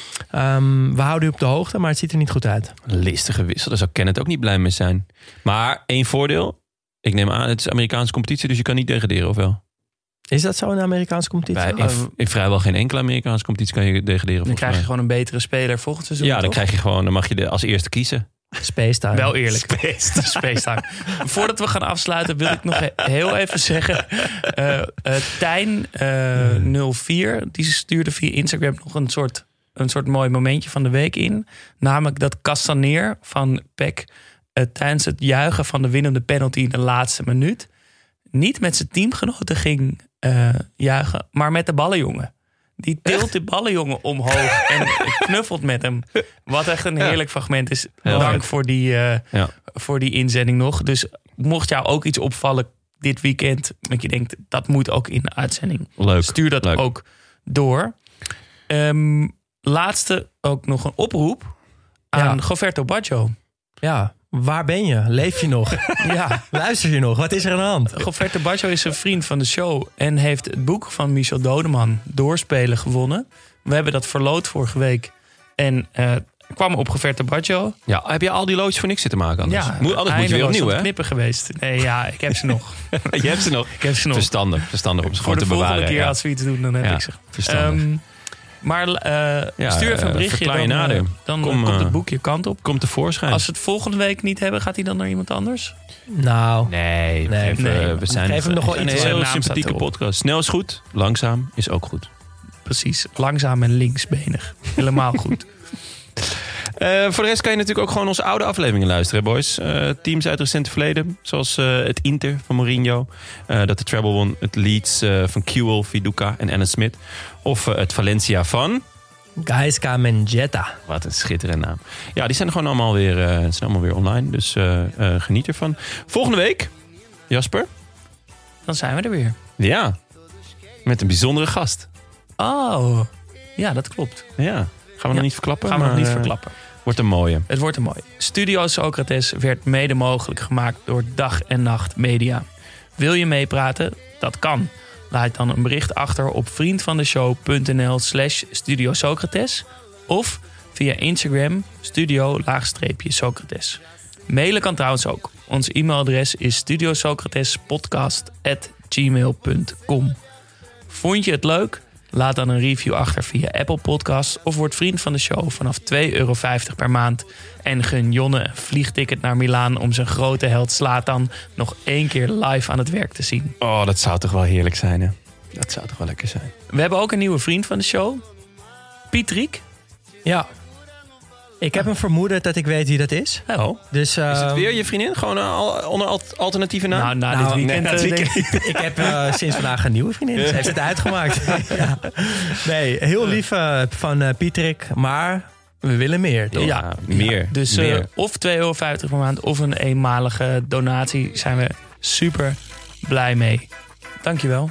Um, we houden u op de hoogte, maar het ziet er niet goed uit. Listige wissel, daar zou Kenneth ook niet blij mee zijn. Maar één voordeel. Ik neem aan, het is Amerikaanse competitie, dus je kan niet degraderen, of wel? Is dat zo in de Amerikaanse competitie? Bij, in, in vrijwel geen enkele Amerikaanse competitie kan je degraderen. Dan krijg je mij. gewoon een betere speler volgend seizoen. Ja, dan toch? krijg je gewoon, dan mag je de, als eerste kiezen. Space Time. Wel eerlijk. Space, Space Time. Voordat we gaan afsluiten wil ik nog he- heel even zeggen. Uh, uh, Tijn uh, nul vier die stuurde via Instagram nog een soort, een soort mooi momentje van de week in. Namelijk dat Castaneer van P E C uh, tijdens het juichen van de winnende penalty in de laatste minuut niet met zijn teamgenoten ging uh, juichen, maar met de ballenjongen. Die tilt de ballenjongen omhoog en knuffelt met hem. Wat echt een heerlijk ja. fragment is. Heel Dank leuk. voor die, uh, ja. voor die inzending nog. Dus mocht jou ook iets opvallen dit weekend, dat je denkt, dat moet ook in de uitzending. Leuk. Stuur dat Leuk. ook door. Um, laatste ook nog een oproep aan Ja. Goverto Baggio. Ja, waar ben je? Leef je nog? Ja, Luister je nog? Wat is er aan de hand? Goverto Baggio is een vriend van de show en heeft het boek van Michel Dodeman, Doorspelen, gewonnen. We hebben dat verloot vorige week en uh, kwam op Goverto Baggio. Ja, heb je al die loodjes voor niks zitten maken anders? Ja, moet, anders moet je weer eindeloos opnieuw, aan hè? het knippen geweest. Nee, ja, ik heb ze nog. Je hebt ze nog. Ik heb ze nog. Verstandig, verstandig om ze Voor gewoon de te bewaren. volgende keer ja. als we iets doen, dan heb Ja, ik ze. verstandig. Um, maar uh, Ja, stuur even een uh, berichtje, verklaar je dan, nader. uh, dan Kom, komt uh, het boek je kant op. Komt tevoorschijn. Als we het volgende week niet hebben, gaat hij dan naar iemand anders? Nou, Nee, Nee, even, nee. we zijn Geef hem nog wel een iets. heel Zijn naam sympathieke staat erop. podcast. Snel is goed, langzaam is ook goed. Precies, langzaam en linksbenig. Helemaal goed. Uh, voor de rest kan je natuurlijk ook gewoon onze oude afleveringen luisteren, hè, boys. Uh, teams uit het recente verleden, zoals uh, het Inter van Mourinho. Uh, dat de treble won, het Leeds uh, van Kewell, Viduka en Alan Smith. Of uh, het Valencia van... Gaisca Menjetta. Wat een schitterende naam. Ja, die zijn gewoon allemaal weer, uh, zijn allemaal weer online, dus uh, uh, geniet ervan. Volgende week, Jasper. Dan zijn we er weer. Ja, met een bijzondere gast. Oh, ja, dat klopt. Ja, gaan we Ja, nog niet verklappen. Gaan we nog maar, niet uh, verklappen. Wordt een mooie. Het wordt een mooi. Studio Socrates werd mede mogelijk gemaakt door Dag en Nacht Media. Wil je meepraten? Dat kan. Laat dan een bericht achter op vriendvandeshow.nl slash Studio Socrates of via Instagram studio-socrates. Mailen kan trouwens ook. Ons e-mailadres is studiosocratespodcast at gmail punt com. Vond je het leuk? Laat dan een review achter via Apple Podcasts of word vriend van de show vanaf twee euro vijftig per maand. En gun Jonne een vliegticket naar Milaan om zijn grote held Zlatan nog één keer live aan het werk te zien. Oh, dat zou toch wel heerlijk zijn, hè? Dat zou toch wel lekker zijn. We hebben ook een nieuwe vriend van de show. Piet Riek. Ja. Ik heb een vermoeden dat ik weet wie dat is. Oh. Dus, uh, Is het weer je vriendin? Gewoon uh, al, onder al, alternatieve naam? Nou, na Nou, dit weekend. nee, na uh, dit denk weekend. ik. ik heb uh, sinds vandaag een nieuwe vriendin. Ze heeft het uitgemaakt. Ja. Nee, heel lief uh, van uh, Pietrik. Maar we willen meer, toch? Ja, meer. Dus uh, meer. of twee euro vijftig per maand of een eenmalige donatie. Zijn we super blij mee. Dankjewel.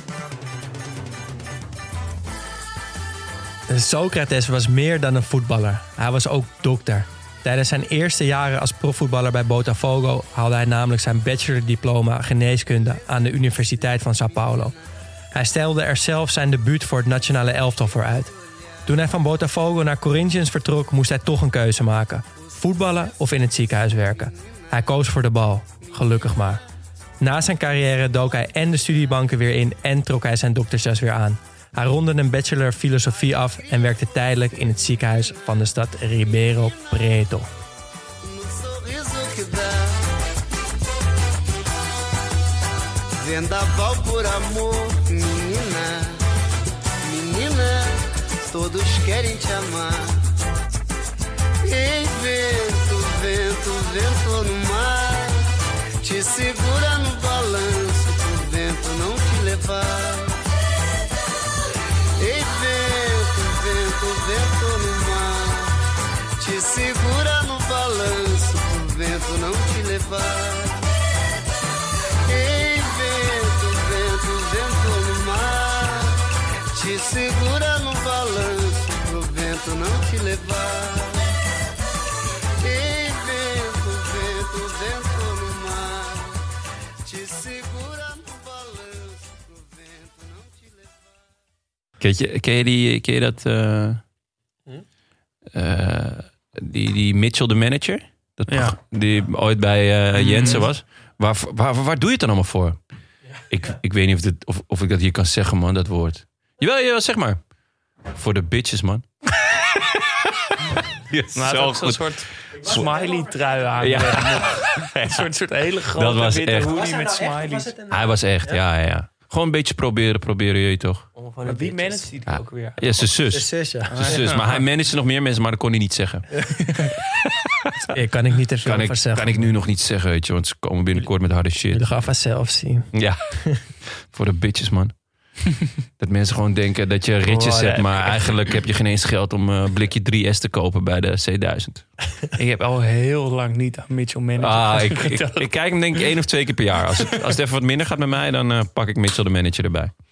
Socrates was meer dan een voetballer. Hij was ook dokter. Tijdens zijn eerste jaren als profvoetballer bij Botafogo haalde hij namelijk zijn bachelordiploma geneeskunde aan de Universiteit van Sao Paulo. Hij stelde er zelf zijn debuut voor het nationale elftal voor uit. Toen hij van Botafogo naar Corinthians vertrok, moest hij toch een keuze maken. Voetballen of in het ziekenhuis werken. Hij koos voor de bal. Gelukkig maar. Na zijn carrière dook hij en de studiebanken weer in en trok hij zijn doktersjas weer aan. Hij ronde een bachelor filosofie af en werkte tijdelijk in het ziekenhuis van de stad Ribeirão Preto. Vendaval por amor, menina, menina, todos querem te amar. Ei, vento, vento, vento no mar, te segura no balanço pro vento não te levar. Ei, vento, vento, vento no mar, te segura no balanço pro vento não te levar. Ei, vento, vento, vento no mar, te segura no balanço pro vento não te levar. Ei, vento, vento, vento no mar, te segura no balanço pro vento não te levar. Ken je, ken je, die, ken je dat... Uh, uh, die, die Mitchell, de manager? Dat, Ja. Die ooit bij uh, Jensen was. Waar, waar, waar, waar doe je het dan allemaal voor? Ik, ik weet niet of, dit, of, of ik dat hier kan zeggen, man, dat woord. Jawel, jawel, zeg maar. Voor de bitches, man. Yes, Maar zo ook zo'n goed. soort smiley trui aan. Ja. Een soort, soort hele grote Dat was witte echt- hoodie met smileys. Hij was echt, ja, ja, ja. Gewoon een beetje proberen, proberen je toch? Maar wie managt die Ja. ook weer? Ja, zijn zus. De zus, ja. Zijn zus. Maar hij managde nog meer mensen, maar dat kon hij niet zeggen. Hier kan ik niet te veel Kan over ik, zeggen. kan ik nu nog niet zeggen, weet je. Want ze komen binnenkort met harde shit. Jullie gaan vast zelf zien. Ja, voor de bitches, man. Dat mensen gewoon denken dat je ritjes Oh, hebt, nee. maar eigenlijk heb je geen eens geld om een blikje drie S te kopen bij de C duizend. Ik heb al heel lang niet aan Mitchell Manager. Ah, ik, ik, ik kijk hem denk ik één of twee keer per jaar. Als het, als het even wat minder gaat met mij, dan uh, pak ik Mitchell de manager erbij.